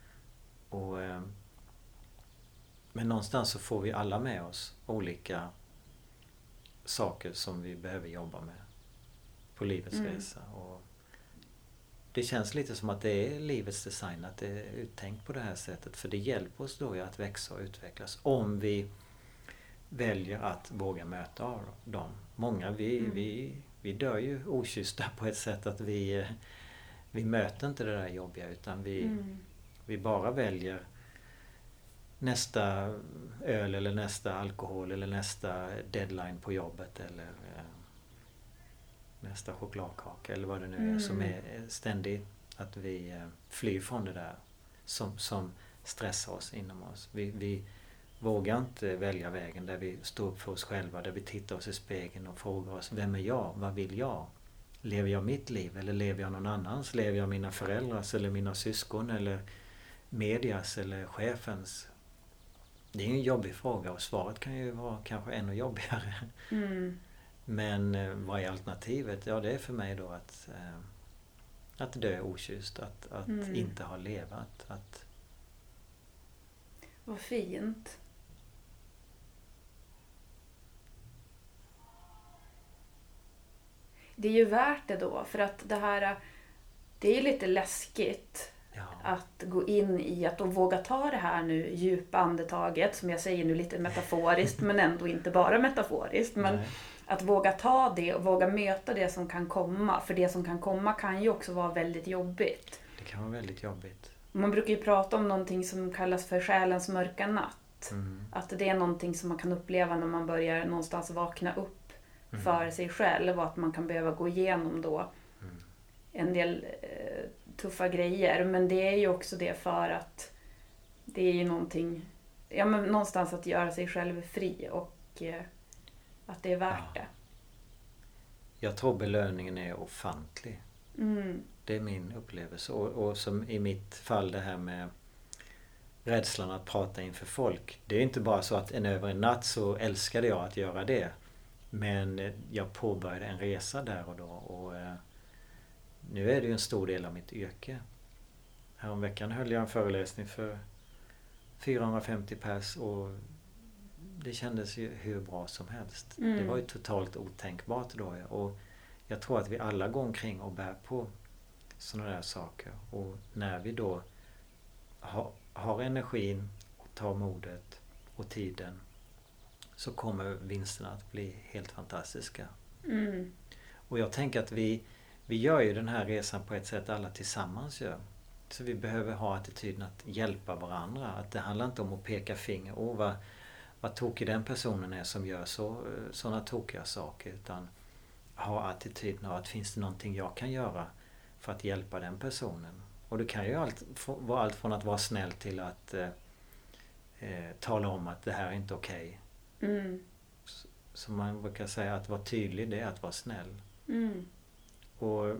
C: Men någonstans så får vi alla med oss olika saker som vi behöver jobba med på livets resa. Och det känns lite som att det är livets design, att det är uttänkt på det här sättet. För det hjälper oss då att växa och utvecklas om vi väljer att våga möta dem. Många, vi dör ju okyssta på ett sätt att vi möter inte det där jobbiga, utan vi bara väljer nästa öl eller nästa alkohol eller nästa deadline på jobbet eller nästa chokladkaka eller vad det nu är som är ständigt, att vi flyr från det där som stressar oss inom oss. Vi vågar inte välja vägen där vi står upp för oss själva, där vi tittar oss i spegeln och frågar oss: vem är jag? Vad vill jag? Lever jag mitt liv eller lever jag någon annans? Lever jag mina föräldrars eller mina syskon eller medias eller chefens? Det är en jobbig fråga och svaret kan ju vara kanske ännu jobbigare. Men vad är alternativet? Ja, det är för mig då Att dö okysst, att inte ha levat.
B: Vad fint. Det är ju värt det då, för att det är ju lite läskigt att gå in i att våga ta det här nu djupa andetaget, som jag säger nu lite metaforiskt men ändå inte bara metaforiskt, men att våga ta det och våga möta det som kan komma, för det som kan komma kan ju också vara väldigt jobbigt.
C: Det kan vara väldigt jobbigt.
B: Man brukar ju prata om någonting som kallas för själens mörka natt. Att det är någonting som man kan uppleva när man börjar någonstans vakna upp för sig själv, och att man kan behöva gå igenom då en del tuffa grejer. Men det är ju också det för att det är ju någonting, men någonstans att göra sig själv fri, och att det är värt det.
C: Jag tror belöningen är ofantlig. Det är min upplevelse. Och som i mitt fall det här med rädslan att prata inför folk. Det är inte bara så att över en natt så älskade jag att göra det. Men jag påbörjade en resa där och då. Och nu är det ju en stor del av mitt yrke. Häromveckan höll jag en föreläsning för 450 pers, och det kändes ju hur bra som helst. Det var ju totalt otänkbart då. Och jag tror att vi alla går omkring och bär på sådana där saker. Och när vi då har energin och tar modet och tiden, så kommer vinsterna att bli helt fantastiska. Och jag tänker att vi gör ju den här resan på ett sätt alla tillsammans gör. Så vi behöver ha attityden att hjälpa varandra. Att det handlar inte om att peka finger. Vad tokig den personen är som gör sådana tokiga saker. Utan ha attityden av att finns det någonting jag kan göra för att hjälpa den personen. Och det kan ju vara allt från att vara snäll till att tala om att det här är inte okej. Så man brukar säga att vara tydlig, det är att vara snäll. Och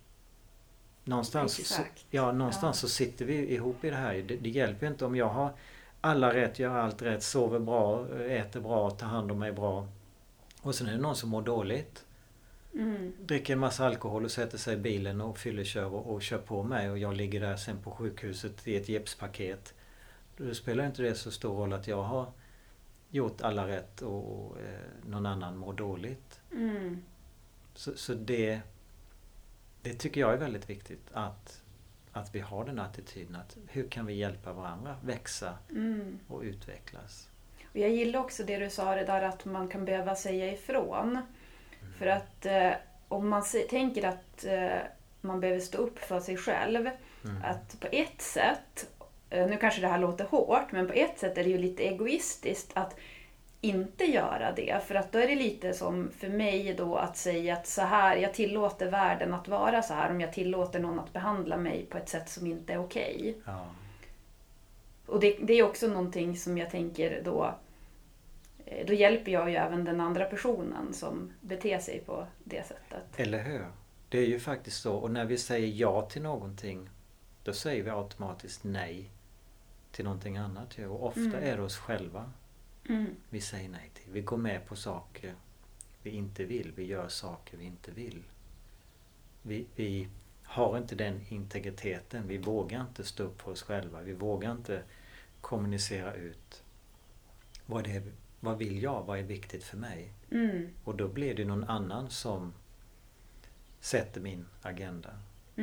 C: någonstans så sitter vi ihop i det här. Det hjälper inte om jag har alla rätt, gör allt rätt, sover bra, äter bra, tar hand om mig bra. Och sen är det någon som mår dåligt. Dricker en massa alkohol och sätter sig i bilen och fyllekör och kör på mig. Och jag ligger där sen på sjukhuset i ett gipspaket. Då spelar inte det så stor roll att jag har gjort alla rätt och någon annan mår dåligt. Så det tycker jag är väldigt viktigt, att vi har den attityden att hur kan vi hjälpa varandra växa och utvecklas.
B: Och jag gillar också det du sa, det där att man kan behöva säga ifrån. För att om man tänker att man behöver stå upp för sig själv, att på ett sätt, nu kanske det här låter hårt, men på ett sätt är det ju lite egoistiskt att inte göra det. För att då är det lite som för mig då att säga att så här, jag tillåter världen att vara så här om jag tillåter någon att behandla mig på ett sätt som inte är okej. Och det är också någonting som jag tänker då hjälper jag ju även den andra personen som beter sig på det sättet.
C: Eller hur? Det är ju faktiskt så. Och när vi säger ja till någonting, då säger vi automatiskt nej till någonting annat. Och ofta är det oss själva vi säger nej till. Vi går med på saker vi inte vill. Vi gör saker vi inte vill. Vi har inte den integriteten. Vi vågar inte stå upp för oss själva. Vi vågar inte kommunicera ut. Vad vill jag? Vad är viktigt för mig? Och då blir det någon annan som sätter min agenda.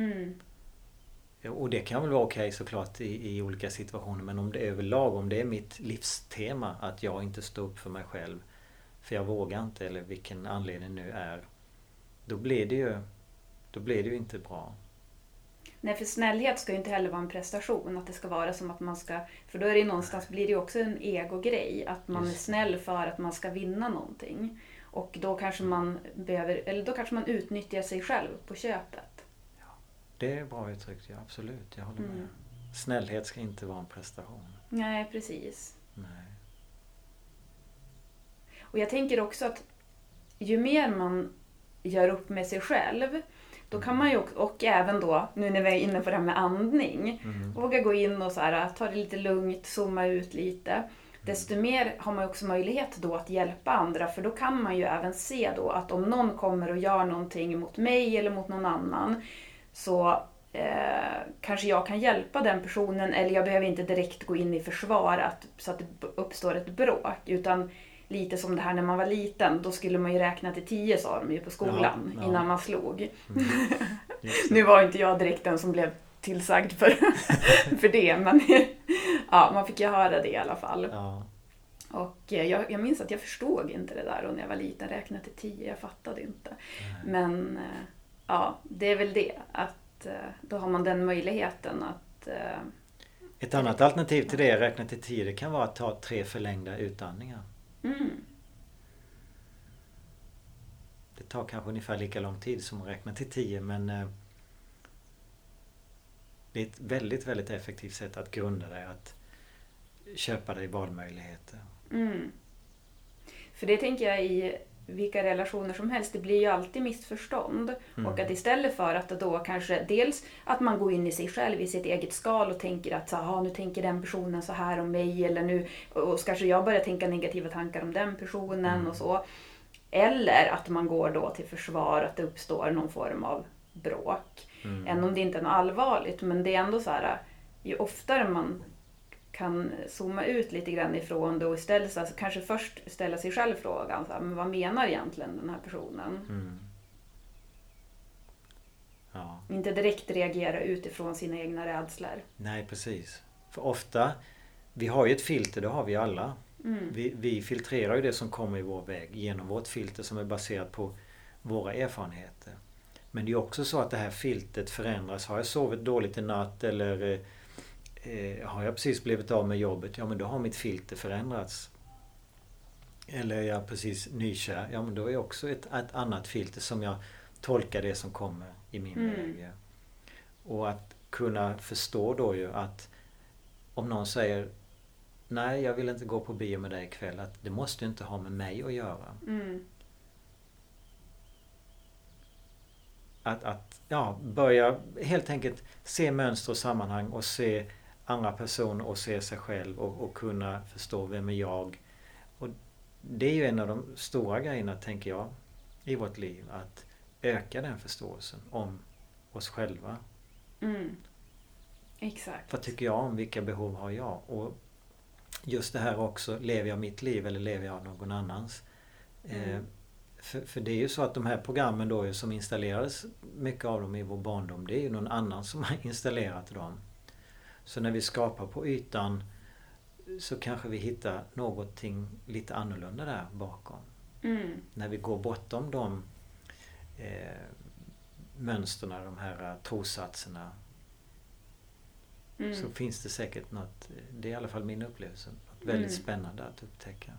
C: Och det kan väl vara okej såklart i olika situationer, men om det är överlag, om det är mitt livstema att jag inte står upp för mig själv för jag vågar inte, eller vilken anledning nu är, då blir det ju inte bra.
B: Nej, för snällhet ska ju inte heller vara en prestation, att det ska vara som att man ska, för då är det någonstans, blir det ju också en egogrej, att man är snäll för att man ska vinna någonting. Och då kanske man utnyttjar sig själv på köpet.
C: Det är bra uttryckt, ja, absolut, jag håller med. Snällhet ska inte vara en prestation.
B: Nej, precis.
C: Nej.
B: Och jag tänker också att ju mer man gör upp med sig själv, då kan man ju, och även då, nu när vi är inne på det här med andning, våga gå in och så här, ta det lite lugnt, zooma ut lite. Desto mer har man också möjlighet då att hjälpa andra, för då kan man ju även se då att om någon kommer och gör någonting mot mig eller mot någon annan, så kanske jag kan hjälpa den personen, eller jag behöver inte direkt gå in i försvar så att det uppstår ett bråk, utan lite som det här när man var liten, då skulle man ju räkna till 10, sa de ju på skolan, innan man slog. Nu var inte jag direkt den som blev tillsagd för det, men ja, man fick ju höra det i alla fall.
C: Ja.
B: Och jag minns att jag förstod inte det där, och när jag var liten räknade till 10, jag fattade inte. Men ja, det är väl det, att då har man den möjligheten att...
C: Ett annat alternativ till det, räkna till 10, det kan vara att ta 3 förlängda utandningar. Det tar kanske ungefär lika lång tid som att räkna till 10, men det är ett väldigt, väldigt effektivt sätt att grunda dig, att köpa dig valmöjligheter.
B: För det tänker jag i vilka relationer som helst, det blir ju alltid missförstånd. Och att istället för att då kanske dels att man går in i sig själv, i sitt eget skal och tänker att nu tänker den personen så här om mig, eller nu och kanske jag börjar tänka negativa tankar om den personen och så. Eller att man går då till försvar, att det uppstår någon form av bråk. Än om det inte är något allvarligt, men det är ändå så här, ju oftare man kan zooma ut lite grann ifrån det och istället så kanske först ställa sig själv frågan, så här, men vad menar egentligen den här personen?
C: Ja.
B: Inte direkt reagera utifrån sina egna rädslor.
C: Nej, precis. För ofta, vi har ju ett filter, det har vi alla. Vi filtrerar ju det som kommer i vår väg genom vårt filter som är baserat på våra erfarenheter. Men det är också så att det här filtret förändras. Har jag sovit dåligt i natt, eller har jag precis blivit av med jobbet, ja men då har mitt filter förändrats. Eller är jag precis nykär, ja men då är också ett annat filter som jag tolkar det som kommer i min väg. Och att kunna förstå då ju att om någon säger nej, jag vill inte gå på bio med dig ikväll, att det måste inte ha med mig att göra. Att börja helt enkelt se mönster och sammanhang och se andra personer och se sig själv och kunna förstå vem är jag. Och det är ju en av de stora grejerna, tänker jag, i vårt liv, att öka den förståelsen om oss själva.
B: Exakt.
C: Vad tycker jag om, vilka behov har jag? Och just det här också, lever jag mitt liv eller lever jag någon annans? För det är ju så att de här programmen då som installerades, mycket av dem i vår barndom, det är ju någon annan som har installerat dem. Så när vi skapar på ytan så kanske vi hittar någonting lite annorlunda där bakom. När vi går bortom de mönsterna, de här trossatserna, så finns det säkert något, det är i alla fall min upplevelse, något väldigt spännande att upptäcka.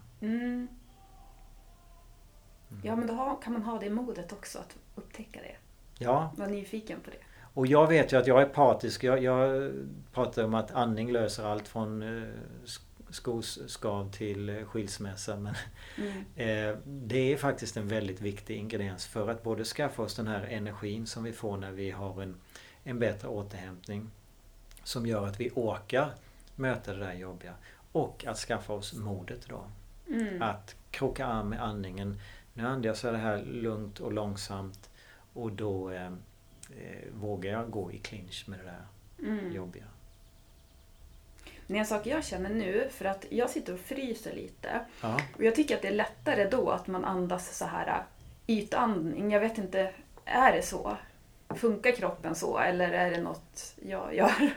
B: Ja, men då kan man ha det modet också att upptäcka det.
C: Ja.
B: Var nyfiken på det.
C: Och jag vet ju att jag är partisk. Jag pratar om att andning löser allt från skoskav till skilsmässa. Men det är faktiskt en väldigt viktig ingrediens för att både skaffa oss den här energin som vi får när vi har en bättre återhämtning, som gör att vi orkar möta det där jobbiga, och att skaffa oss modet då. Att kroka arm med andningen. Nu andar jag så det här lugnt och långsamt, och då vågar jag gå i clinch med det där jobbiga.
B: Det är en sak jag känner nu, för att jag sitter och fryser lite.
C: Ja.
B: Och jag tycker att det är lättare då att man andas så här ytandning. Jag vet inte, är det så? Funkar kroppen så, eller är det något jag gör?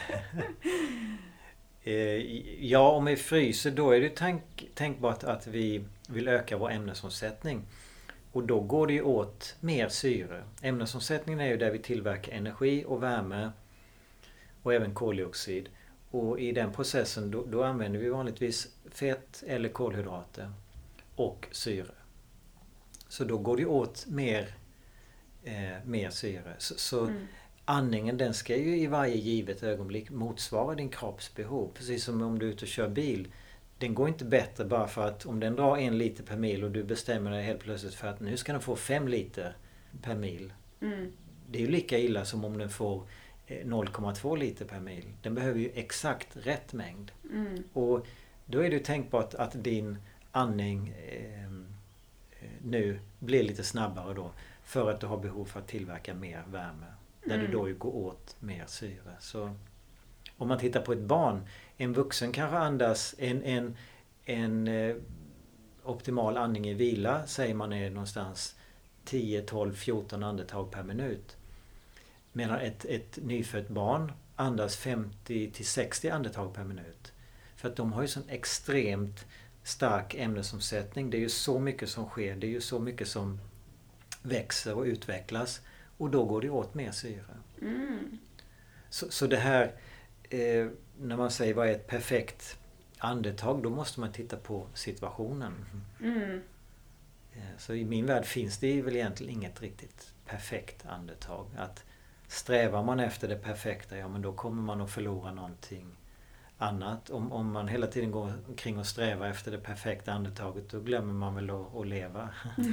C: Ja, om vi fryser, då är det tänkbart att vi vill öka vår ämnesomsättning. Och då går det ju åt mer syre. Ämnesomsättningen är ju där vi tillverkar energi och värme och även koldioxid. Och i den processen då använder vi vanligtvis fett eller kolhydrater och syre. Så då går det åt mer syre. Så andningen, den ska ju i varje givet ögonblick motsvara din kropps behov. Precis som om du är ute och kör bil. Den går inte bättre bara för att om den drar 1 liter per mil och du bestämmer dig helt plötsligt för att nu ska den få 5 liter per mil. Det är ju lika illa som om den får 0,2 liter per mil. Den behöver ju exakt rätt mängd. Och då är det ju tänkbart att din andning nu blir lite snabbare då, för att du har behov för att tillverka mer värme Där det då går åt mer syre. Så om man tittar på ett barn, en vuxen kanske andas en optimal andning i vila säger man är någonstans 10, 12, 14 andetag per minut. Medan ett nyfött barn andas 50 till 60 andetag per minut. För att de har ju sån extremt stark ämnesomsättning. Det är ju så mycket som sker. Det är ju så mycket som växer och utvecklas. Och då går det åt mer syre. Så det här, när man säger vad är ett perfekt andetag, då måste man titta på situationen. Så i min värld finns det väl egentligen inget riktigt perfekt andetag. Att strävar man efter det perfekta, ja men då kommer man att förlora någonting annat. Om man hela tiden går omkring och strävar efter det perfekta andetaget, då glömmer man väl att leva.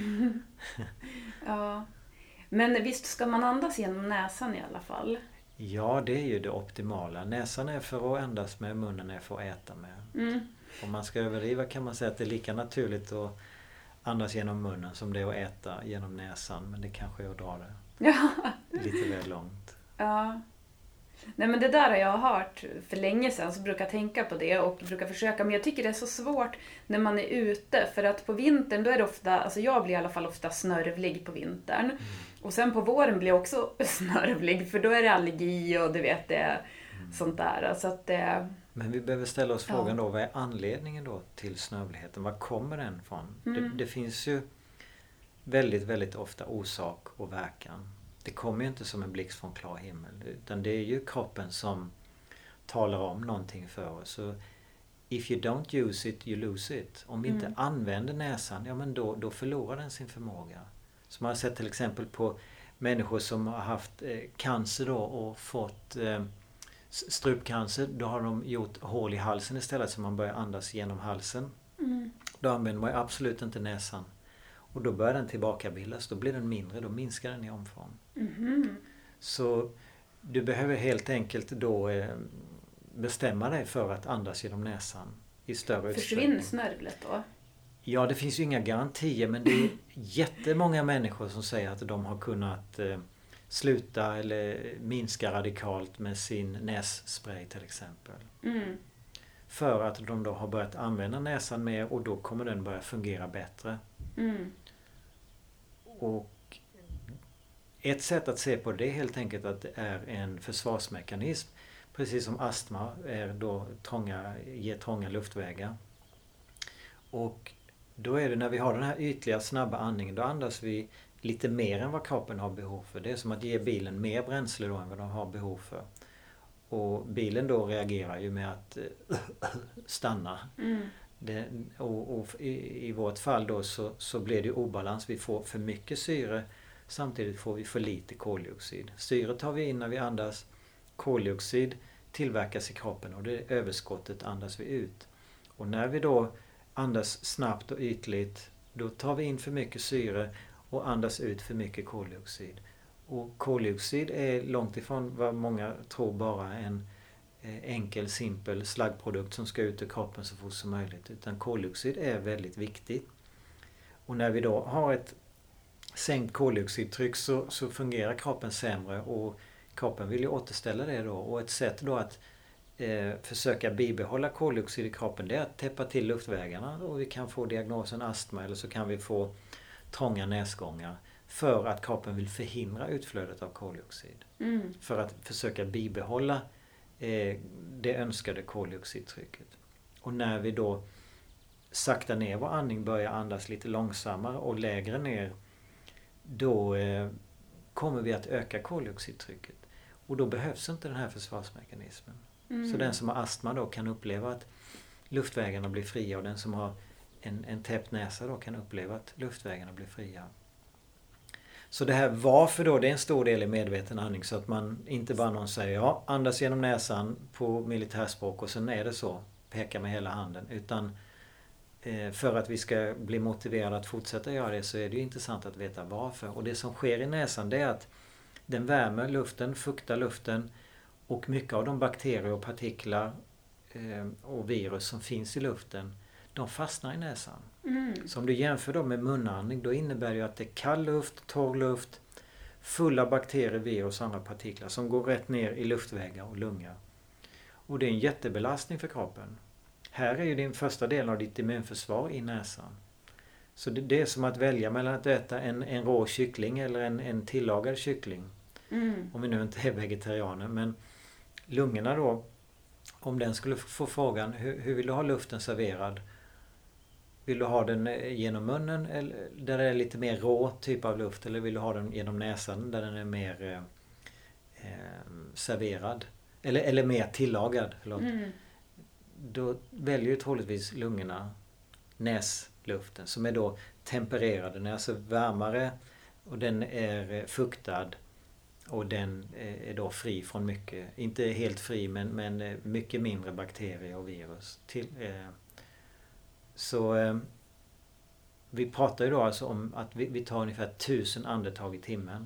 B: Ja. Men visst ska man andas genom näsan i alla fall?
C: Ja, det är ju det optimala. Näsan är för att andas med, munnen är för att äta med. Om man ska överdriva kan man säga att det är lika naturligt att andas genom munnen som det är att äta genom näsan. Men det kanske jag drar det lite väl långt.
B: Ja. Nej men det där har jag hört för länge sedan, så brukar jag tänka på det och brukar försöka. Men jag tycker det är så svårt när man är ute. För att på vintern då är det ofta, alltså jag blir i alla fall ofta snörvlig på vintern. Och sen på våren blir jag också snörvlig, för då är det allergi och du vet det sånt där. Så att
C: men vi behöver ställa oss frågan då, vad är anledningen då till snövligheten? Var kommer den ifrån? Det finns ju väldigt, väldigt ofta orsak och verkan. Det kommer ju inte som en blixt från klar himmel, utan det är ju kroppen som talar om någonting för oss. Så if you don't use it, you lose it. Om vi inte använder näsan, ja men då förlorar den sin förmåga. Så man har sett till exempel på människor som har haft cancer då och fått strupcancer. Då har de gjort hål i halsen istället, så man börjar andas genom halsen. Då använder man absolut inte näsan. Och då börjar den tillbakabildas, då blir den mindre, då minskar den i omfång. Så du behöver helt enkelt då bestämma dig för att andas genom näsan i större utsträckning.
B: Försvinner snörvlet då?
C: Ja, det finns ju inga garantier, men det är jättemånga människor som säger att de har kunnat sluta eller minska radikalt med sin nässpray till exempel. För att de då har börjat använda näsan mer, och då kommer den börja fungera bättre. Och ett sätt att se på det är helt enkelt att det är en försvarsmekanism. Precis som astma är då ger trånga luftvägar. Och då är det när vi har den här ytliga snabba andningen, då andas vi lite mer än vad kroppen har behov för. Det är som att ge bilen mer bränsle då än vad de har behov för. Och bilen då reagerar ju med att stanna. Och i vårt fall då så blir det obalans. Vi får för mycket syre, samtidigt får vi för lite koldioxid. Syre tar vi in när vi andas, koldioxid tillverkas i kroppen och det överskottet andas vi ut. Och när vi då andas snabbt och ytligt, då tar vi in för mycket syre och andas ut för mycket koldioxid. Och koldioxid är långt ifrån vad många tror bara en enkel, simpel slaggprodukt som ska ut ur kroppen så fort som möjligt. Utan koldioxid är väldigt viktigt. Och när vi då har ett sänkt koldioxidtryck så fungerar kroppen sämre, och kroppen vill ju återställa det då. Och ett sätt då att försöka bibehålla koldioxid i kroppen, det är att täppa till luftvägarna, och vi kan få diagnosen astma, eller så kan vi få trånga näsgångar, för att kroppen vill förhindra utflödet av koldioxid. För att försöka bibehålla det önskade koldioxidtrycket. Och när vi då saktar ner vår andning, börjar andas lite långsammare och lägre ner, då kommer vi att öka koldioxidtrycket. Och då behövs inte den här försvarsmekanismen. Så den som har astma då kan uppleva att luftvägarna blir fria, och den som har en täppt näsa då kan uppleva att luftvägarna blir fria. Så det här varför då, det är en stor del i medveten andning, så att man inte bara någon säger ja, andas genom näsan på militärspråk och sen är det så, peka med hela handen, utan för att vi ska bli motiverade att fortsätta göra det, så är det ju intressant att veta varför. Och det som sker i näsan, det är att den värmer luften, fuktar luften, och mycket av de bakterier och partiklar och virus som finns i luften, de fastnar i näsan. Så om du jämför då med munandning, då innebär det ju att det är kall luft, torr luft, full av bakterier, virus och andra partiklar som går rätt ner i luftvägar och lungor. Och det är en jättebelastning för kroppen. Här är ju din första delen av ditt immunförsvar i näsan. Så det är som att välja mellan att äta en rå kyckling eller en tillagad kyckling. Om vi nu inte är vegetarianer. Men lungorna då, om den skulle få frågan, hur vill du ha luften serverad? Vill du ha den genom munnen eller där det är lite mer rå typ av luft, eller vill du ha den genom näsan där den är mer serverad eller mer tillagad? Då väljer ju troligtvis lungorna näsluften som är då tempererad. Den är alltså varmare och den är fuktad och den är då fri från mycket, inte helt fri men mycket mindre bakterier och virus. Så vi pratar ju då alltså om att vi tar ungefär 1000 andetag i timmen.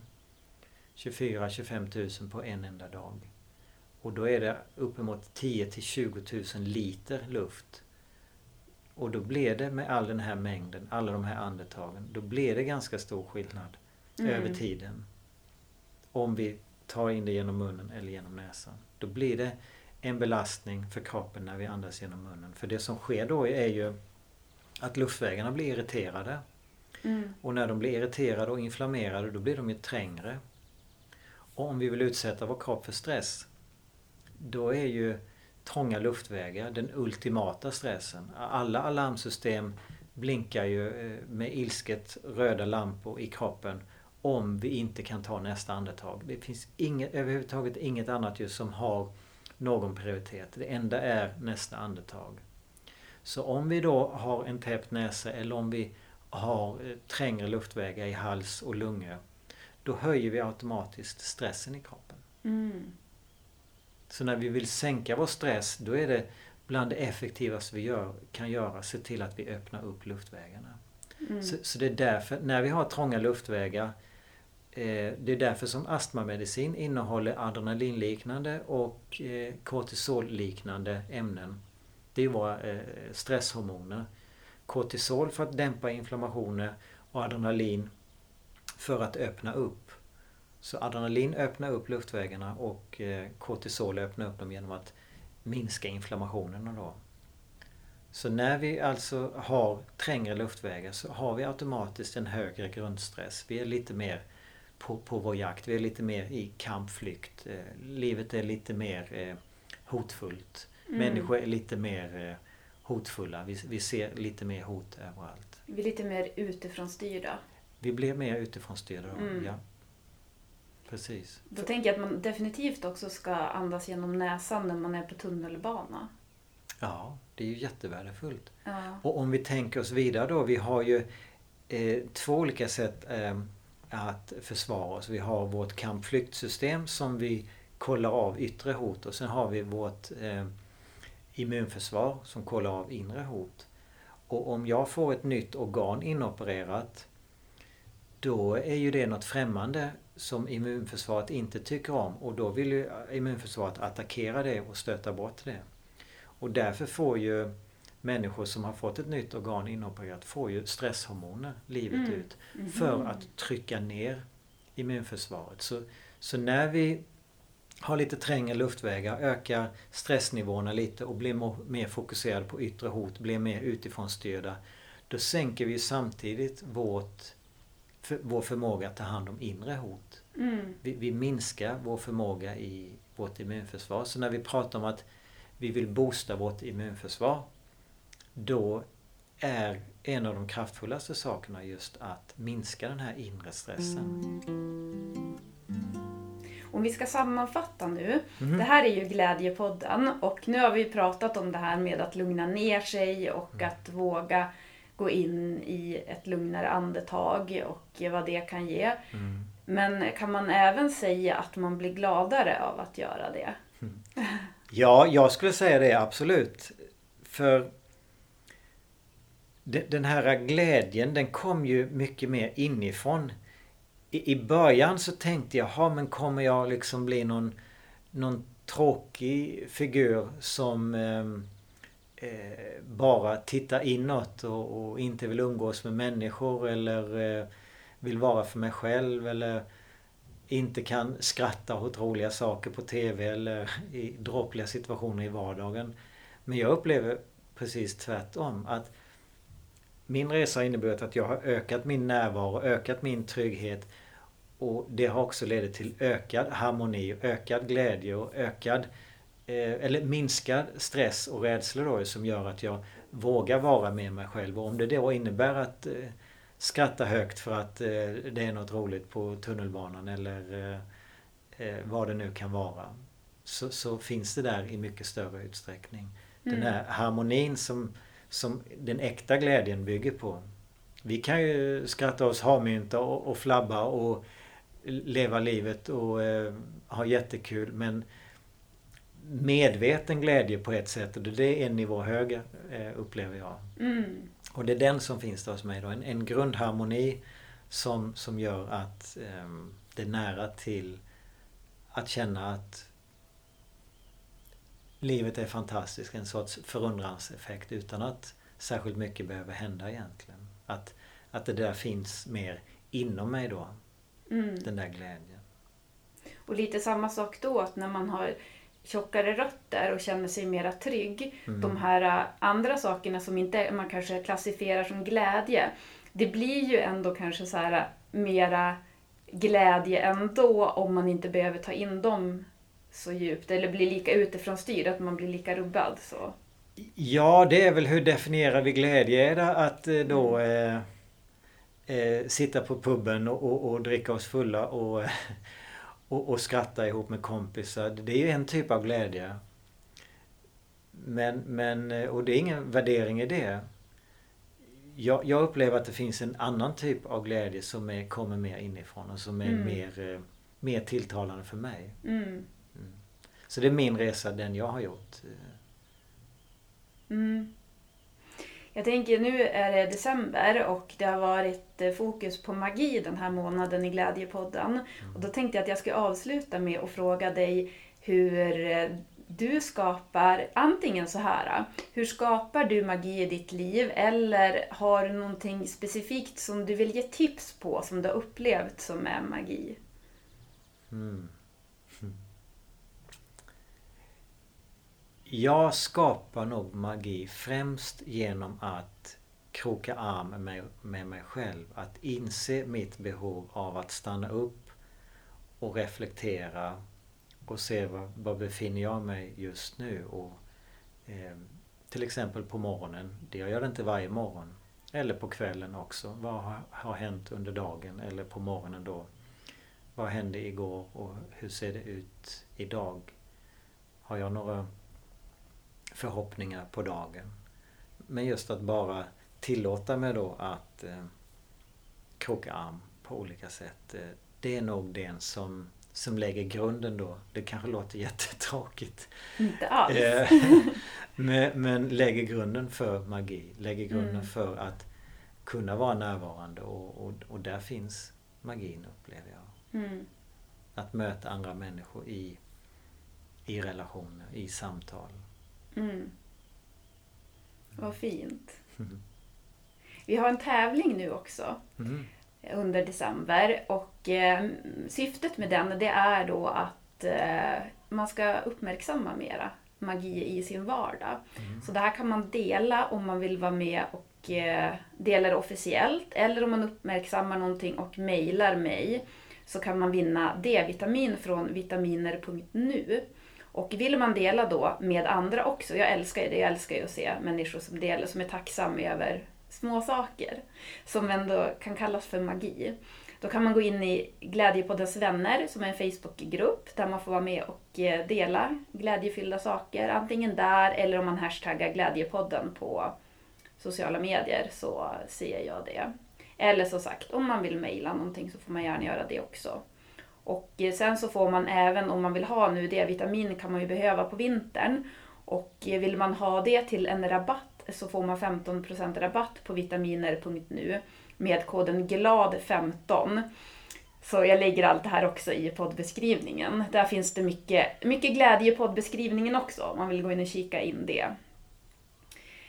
C: 24-25 000 på en enda dag. Och då är det uppemot 10-20 000 liter luft. Och då blir det med all den här mängden, alla de här andetagen, då blir det ganska stor skillnad över tiden. Om vi tar in det genom munnen eller genom näsan. Då blir det en belastning för kroppen när vi andas genom munnen. För det som sker då är ju att luftvägarna blir irriterade. Och när de blir irriterade och inflammerade då blir de ju trängre. Och om vi vill utsätta vår kropp för stress, då är ju trånga luftvägar den ultimata stressen. Alla alarmsystem blinkar ju med ilsket röda lampor i kroppen om vi inte kan ta nästa andetag. Det finns överhuvudtaget inget annat just som har någon prioritet. Det enda är nästa andetag. Så om vi då har en täppt näsa eller om vi har trängre luftvägar i hals och lungor, då höjer vi automatiskt stressen i kroppen. Så när vi vill sänka vår stress, då är det bland det effektivaste vi kan göra, se till att vi öppnar upp luftvägarna. Så det är därför, när vi har trånga luftvägar, det är därför som astmamedicin innehåller adrenalinliknande och kortisolliknande ämnen. Det är våra stresshormoner. Kortisol för att dämpa inflammationer och adrenalin för att öppna upp. Så adrenalin öppnar upp luftvägarna och kortisol öppnar upp dem genom att minska inflammationerna då. Så när vi alltså har trängre luftvägar så har vi automatiskt en högre grundstress. Vi är lite mer på vår jakt, vi är lite mer i kampflykt. Livet är lite mer hotfullt. Människor är lite mer hotfulla. Vi ser lite mer hot överallt.
B: Vi är lite mer utifrån styrda.
C: Vi blir mer utifrån styrda då, ja. Precis.
B: Då tänker jag att man definitivt också ska andas genom näsan när man är på tunnelbana.
C: Ja, det är ju jättevärdefullt.
B: Ja.
C: Och om vi tänker oss vidare då, vi har ju 2 olika sätt att försvara oss. Vi har vårt kampflyktsystem som vi kollar av yttre hot och sen har vi vårt immunförsvar som kollar av inre hot. Och om jag får ett nytt organ inopererat, då är ju det något främmande som immunförsvaret inte tycker om och då vill ju immunförsvaret attackera det och stöta bort det. Och därför får ju människor som har fått ett nytt organ inopererat får ju stresshormoner livet ut för att trycka ner immunförsvaret. Så när vi har lite trängre luftvägar, ökar stressnivåerna lite och blir mer fokuserade på yttre hot, blir mer utifrån styrda, då sänker vi samtidigt vår förmåga att ta hand om inre hot. Vi minskar vår förmåga i vårt immunförsvar. Så när vi pratar om att vi vill boosta vårt immunförsvar, då är en av de kraftfullaste sakerna just att minska den här inre stressen.
B: Om vi ska sammanfatta nu, det här är ju Glädjepodden och nu har vi pratat om det här med att lugna ner sig och att våga gå in i ett lugnare andetag och vad det kan ge. Men kan man även säga att man blir gladare av att göra det?
C: Ja, jag skulle säga det absolut. För den här glädjen, den kom ju mycket mer inifrån. I början så tänkte jag, men kommer jag liksom bli någon tråkig figur som bara tittar inåt och inte vill umgås med människor eller vill vara för mig själv eller inte kan skratta åt roliga saker på TV eller i dråpliga situationer i vardagen. Men jag upplever precis tvärtom, att min resa har inneburit att jag har ökat min närvaro, ökat min trygghet, och det har också lett till ökad harmoni, ökad glädje och eller minskad stress och rädsla då, som gör att jag vågar vara med mig själv. Och om det då innebär att skratta högt för att det är något roligt på tunnelbanan eller vad det nu kan vara, så finns det där i mycket större utsträckning. Den här harmonin som den äkta glädjen bygger på. Vi kan ju skratta oss havmynta och flabba och leva livet och ha jättekul, men medveten glädje på ett sätt, och det är en nivå högre, upplever jag. Och det är den som finns där hos mig då. En grundharmoni som gör att det är nära till att känna att livet är fantastiskt. En sorts förundranseffekt utan att särskilt mycket behöver hända egentligen. Att det där finns mer inom mig då. Den där glädjen.
B: Och lite samma sak då, att när man har tjockare rötter och känner sig mera trygg. De här andra sakerna som inte man kanske klassifierar som glädje, det blir ju ändå kanske så här mera glädje ändå, om man inte behöver ta in dem så djupt eller blir lika utifrån styr, att man blir lika rubbad så.
C: Ja, det är väl hur definierar vi glädje? Är det att då sitta på puben och dricka oss fulla och skratta ihop med kompisar? Det är ju en typ av glädje. Men och det är ingen värdering i det. Jag upplever att det finns en annan typ av glädje som kommer mer inifrån och som är mer tilltalande för mig. Så det är min resa, den jag har gjort.
B: Jag tänker, nu är det december och det har varit fokus på magi den här månaden i Glädjepodden. Och då tänkte jag att jag skulle avsluta med att fråga dig hur du skapar, antingen så här, hur skapar du magi i ditt liv, eller har du någonting specifikt som du vill ge tips på som du har upplevt som är magi?
C: Jag skapar nog magi främst genom att kroka arm med mig själv. Att inse mitt behov av att stanna upp och reflektera och se var befinner jag mig just nu. Och, till exempel på morgonen, det gör jag inte varje morgon. Eller på kvällen också. Vad har hänt under dagen eller på morgonen då? Vad hände igår och hur ser det ut idag? Har jag några förhoppningar på dagen? Men just att bara tillåta mig då att kroka arm på olika sätt. Det är nog den som lägger grunden då. Det kanske låter jättetråkigt.
B: Inte alls.
C: Men lägger grunden för magi. Lägger grunden för att kunna vara närvarande. Och där finns magin, upplever jag. Att möta andra människor i relationer, i samtal.
B: Vad fint. Vi har en tävling nu också under december, och syftet med den, det är då att man ska uppmärksamma mera magi i sin vardag. Så det här kan man dela om man vill vara med och dela det officiellt, eller om man uppmärksammar någonting och mejlar mig, så kan man vinna D-vitamin från vitaminer.nu. Och vill man dela då med andra också, jag älskar det, jag älskar ju att se människor som delar, som är tacksamma över små saker som ändå kan kallas för magi. Då kan man gå in i Glädjepoddens vänner, som är en Facebookgrupp där man får vara med och dela glädjefyllda saker. Antingen där, eller om man hashtaggar Glädjepodden på sociala medier, så ser jag det. Eller så sagt, om man vill mejla någonting så får man gärna göra det också. Och sen så får man även, om man vill ha nu D-vitamin, kan man ju behöva på vintern. Och vill man ha det till en rabatt så får man 15% rabatt på vitaminer.nu med koden GLAD15. Så jag lägger allt det här också i poddbeskrivningen. Där finns det mycket glädje i poddbeskrivningen också, om man vill gå in och kika in det.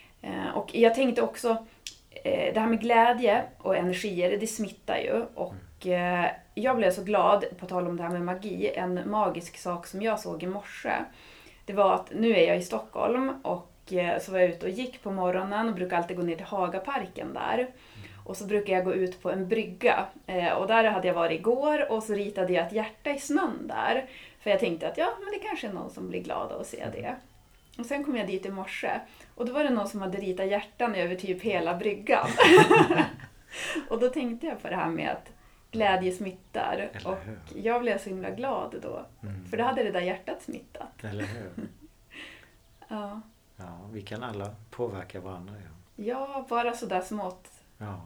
B: Och jag tänkte också, det här med glädje och energier, det smittar ju. Och jag blev så glad, på tal om det här med magi, en magisk sak som jag såg i morse. Det var att nu är jag i Stockholm och så var jag ute och gick på morgonen och brukar alltid gå ner till Hagaparken där. Och så brukar jag gå ut på en brygga. Och där hade jag varit igår och så ritade jag ett hjärta i snön där. För jag tänkte att men det kanske är någon som blir glad av att se det. Och sen kom jag dit i morse och då var det någon som hade ritat hjärtan över typ hela bryggan. Och då tänkte jag på det här med att glädje smittar. Och jag blev så himla glad då. För då hade det där hjärtat smittat.
C: Eller hur?
B: Ja.
C: Ja, vi kan alla påverka varandra.
B: Ja, bara sådär smått.
C: Ja.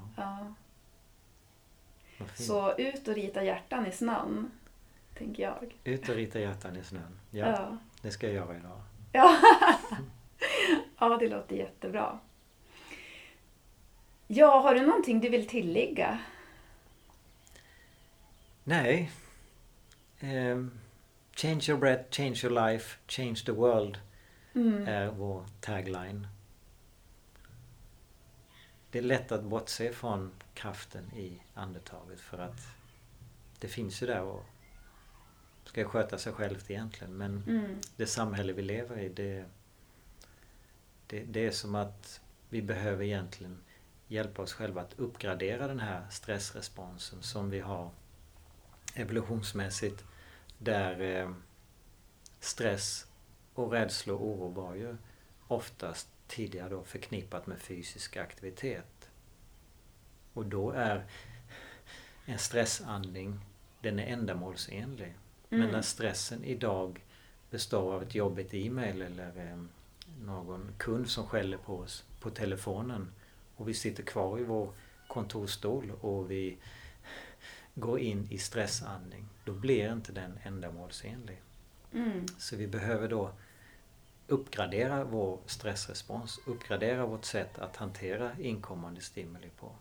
B: Så ut och rita hjärtan i snön, tänker jag.
C: Ut och rita hjärtan i snön. Ja. Det ska jag göra idag.
B: Ja. Ja, det låter jättebra. Ja, har du någonting du vill tillägga?
C: Nej. Change your breath, change your life, change the world är vår tagline. Det är lätt att bortse från kraften i andetaget för att det finns ju där och ska sköta sig självt egentligen. Men det samhälle vi lever i, det är som att vi behöver egentligen hjälpa oss själva att uppgradera den här stressresponsen som vi har evolutionsmässigt, där stress och rädsla och oro var ju oftast tidigare då förknippat med fysisk aktivitet. Och då är en stressandning, den är ändamålsenlig. Men när stressen idag består av ett jobbigt e-mail eller någon kund som skäller på oss på telefonen och vi sitter kvar i vår kontorstol och vi går in i stressandning, då blir inte den ändamålsenlig. Så vi behöver då uppgradera vår stressrespons, uppgradera vårt sätt att hantera inkommande stimuli på.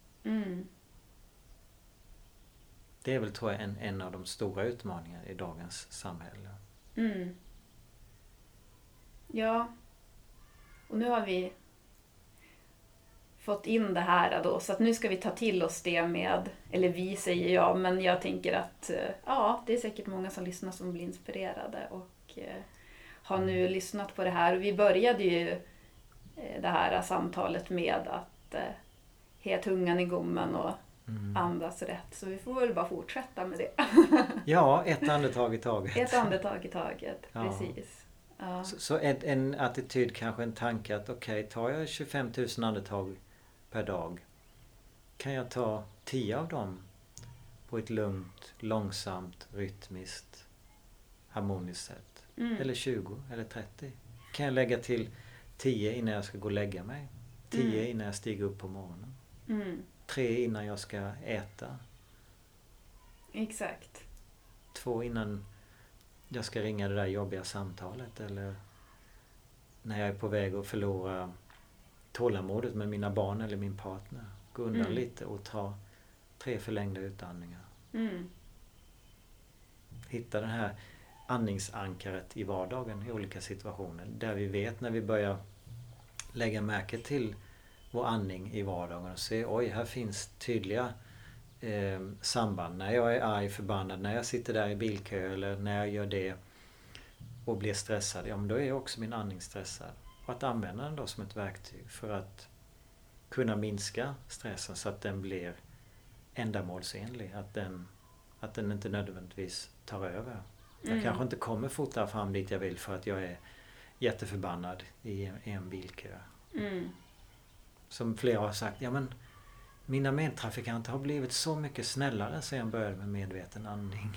C: Det är väl, tror jag, en av de stora utmaningarna i dagens samhälle.
B: Ja, och nu har vi fått in det här då, så att nu ska vi ta till oss det med, eller vi säger jag, men jag tänker att det är säkert många som lyssnar som blir inspirerade och har nu lyssnat på det här. Vi började ju det här samtalet med att ha tungan i gommen och andas rätt. Så vi får väl bara fortsätta med det.
C: Ja, ett andetag i taget.
B: Ett andetag i taget, precis. Ja.
C: Så en attityd, kanske en tanke att okej, tar jag 25 000 andetag per dag, kan jag ta 10 av dem på ett lugnt, långsamt, rytmiskt, harmoniskt sätt. Eller 20 eller 30. Kan jag lägga till 10 innan jag ska gå och lägga mig. 10 innan jag stiger upp på morgonen. 3 innan jag ska äta.
B: Exakt.
C: 2 innan jag ska ringa det där jobbiga samtalet. Eller när jag är på väg att förlora tålamodet med mina barn eller min partner. Gå undan lite och ta 3 förlängda utandningar. Hitta den här andningsankaret i vardagen i olika situationer. Där vi vet när vi börjar lägga märke till vår andning i vardagen och se, oj, här finns tydliga samband. När jag är arg, förbannad, när jag sitter där i bilkö eller när jag gör det och blir stressad, men då är också min andning stressad. Och att använda den då som ett verktyg för att kunna minska stressen så att den blir ändamålsenlig. Att den inte nödvändigtvis tar över. Jag kanske inte kommer fortare fram dit jag vill för att jag är jätteförbannad i en bilkö. Som flera har sagt, men mina medtrafikanter har blivit så mycket snällare sedan jag började med medveten andning.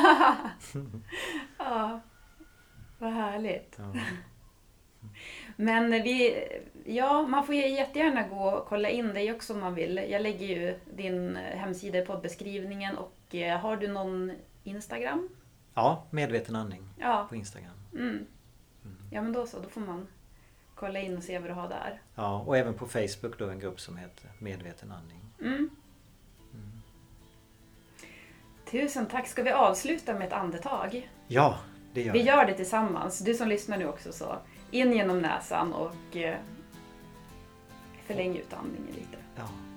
B: Ja, vad härligt.
C: Ja.
B: Men man får ju jättegärna gå och kolla in dig också om man vill. Jag lägger ju din hemsida i poddbeskrivningen och har du någon Instagram?
C: Ja, medveten andning på Instagram.
B: Ja, men då får man kolla in och se vad du har där.
C: Ja, och även på Facebook då en grupp som heter Medveten andning.
B: Tusen tack. Ska vi avsluta med ett andetag?
C: Ja, det gör vi.
B: Vi gör det tillsammans. Du som lyssnar nu också, så in genom näsan och förläng ut andningen lite.
C: Ja.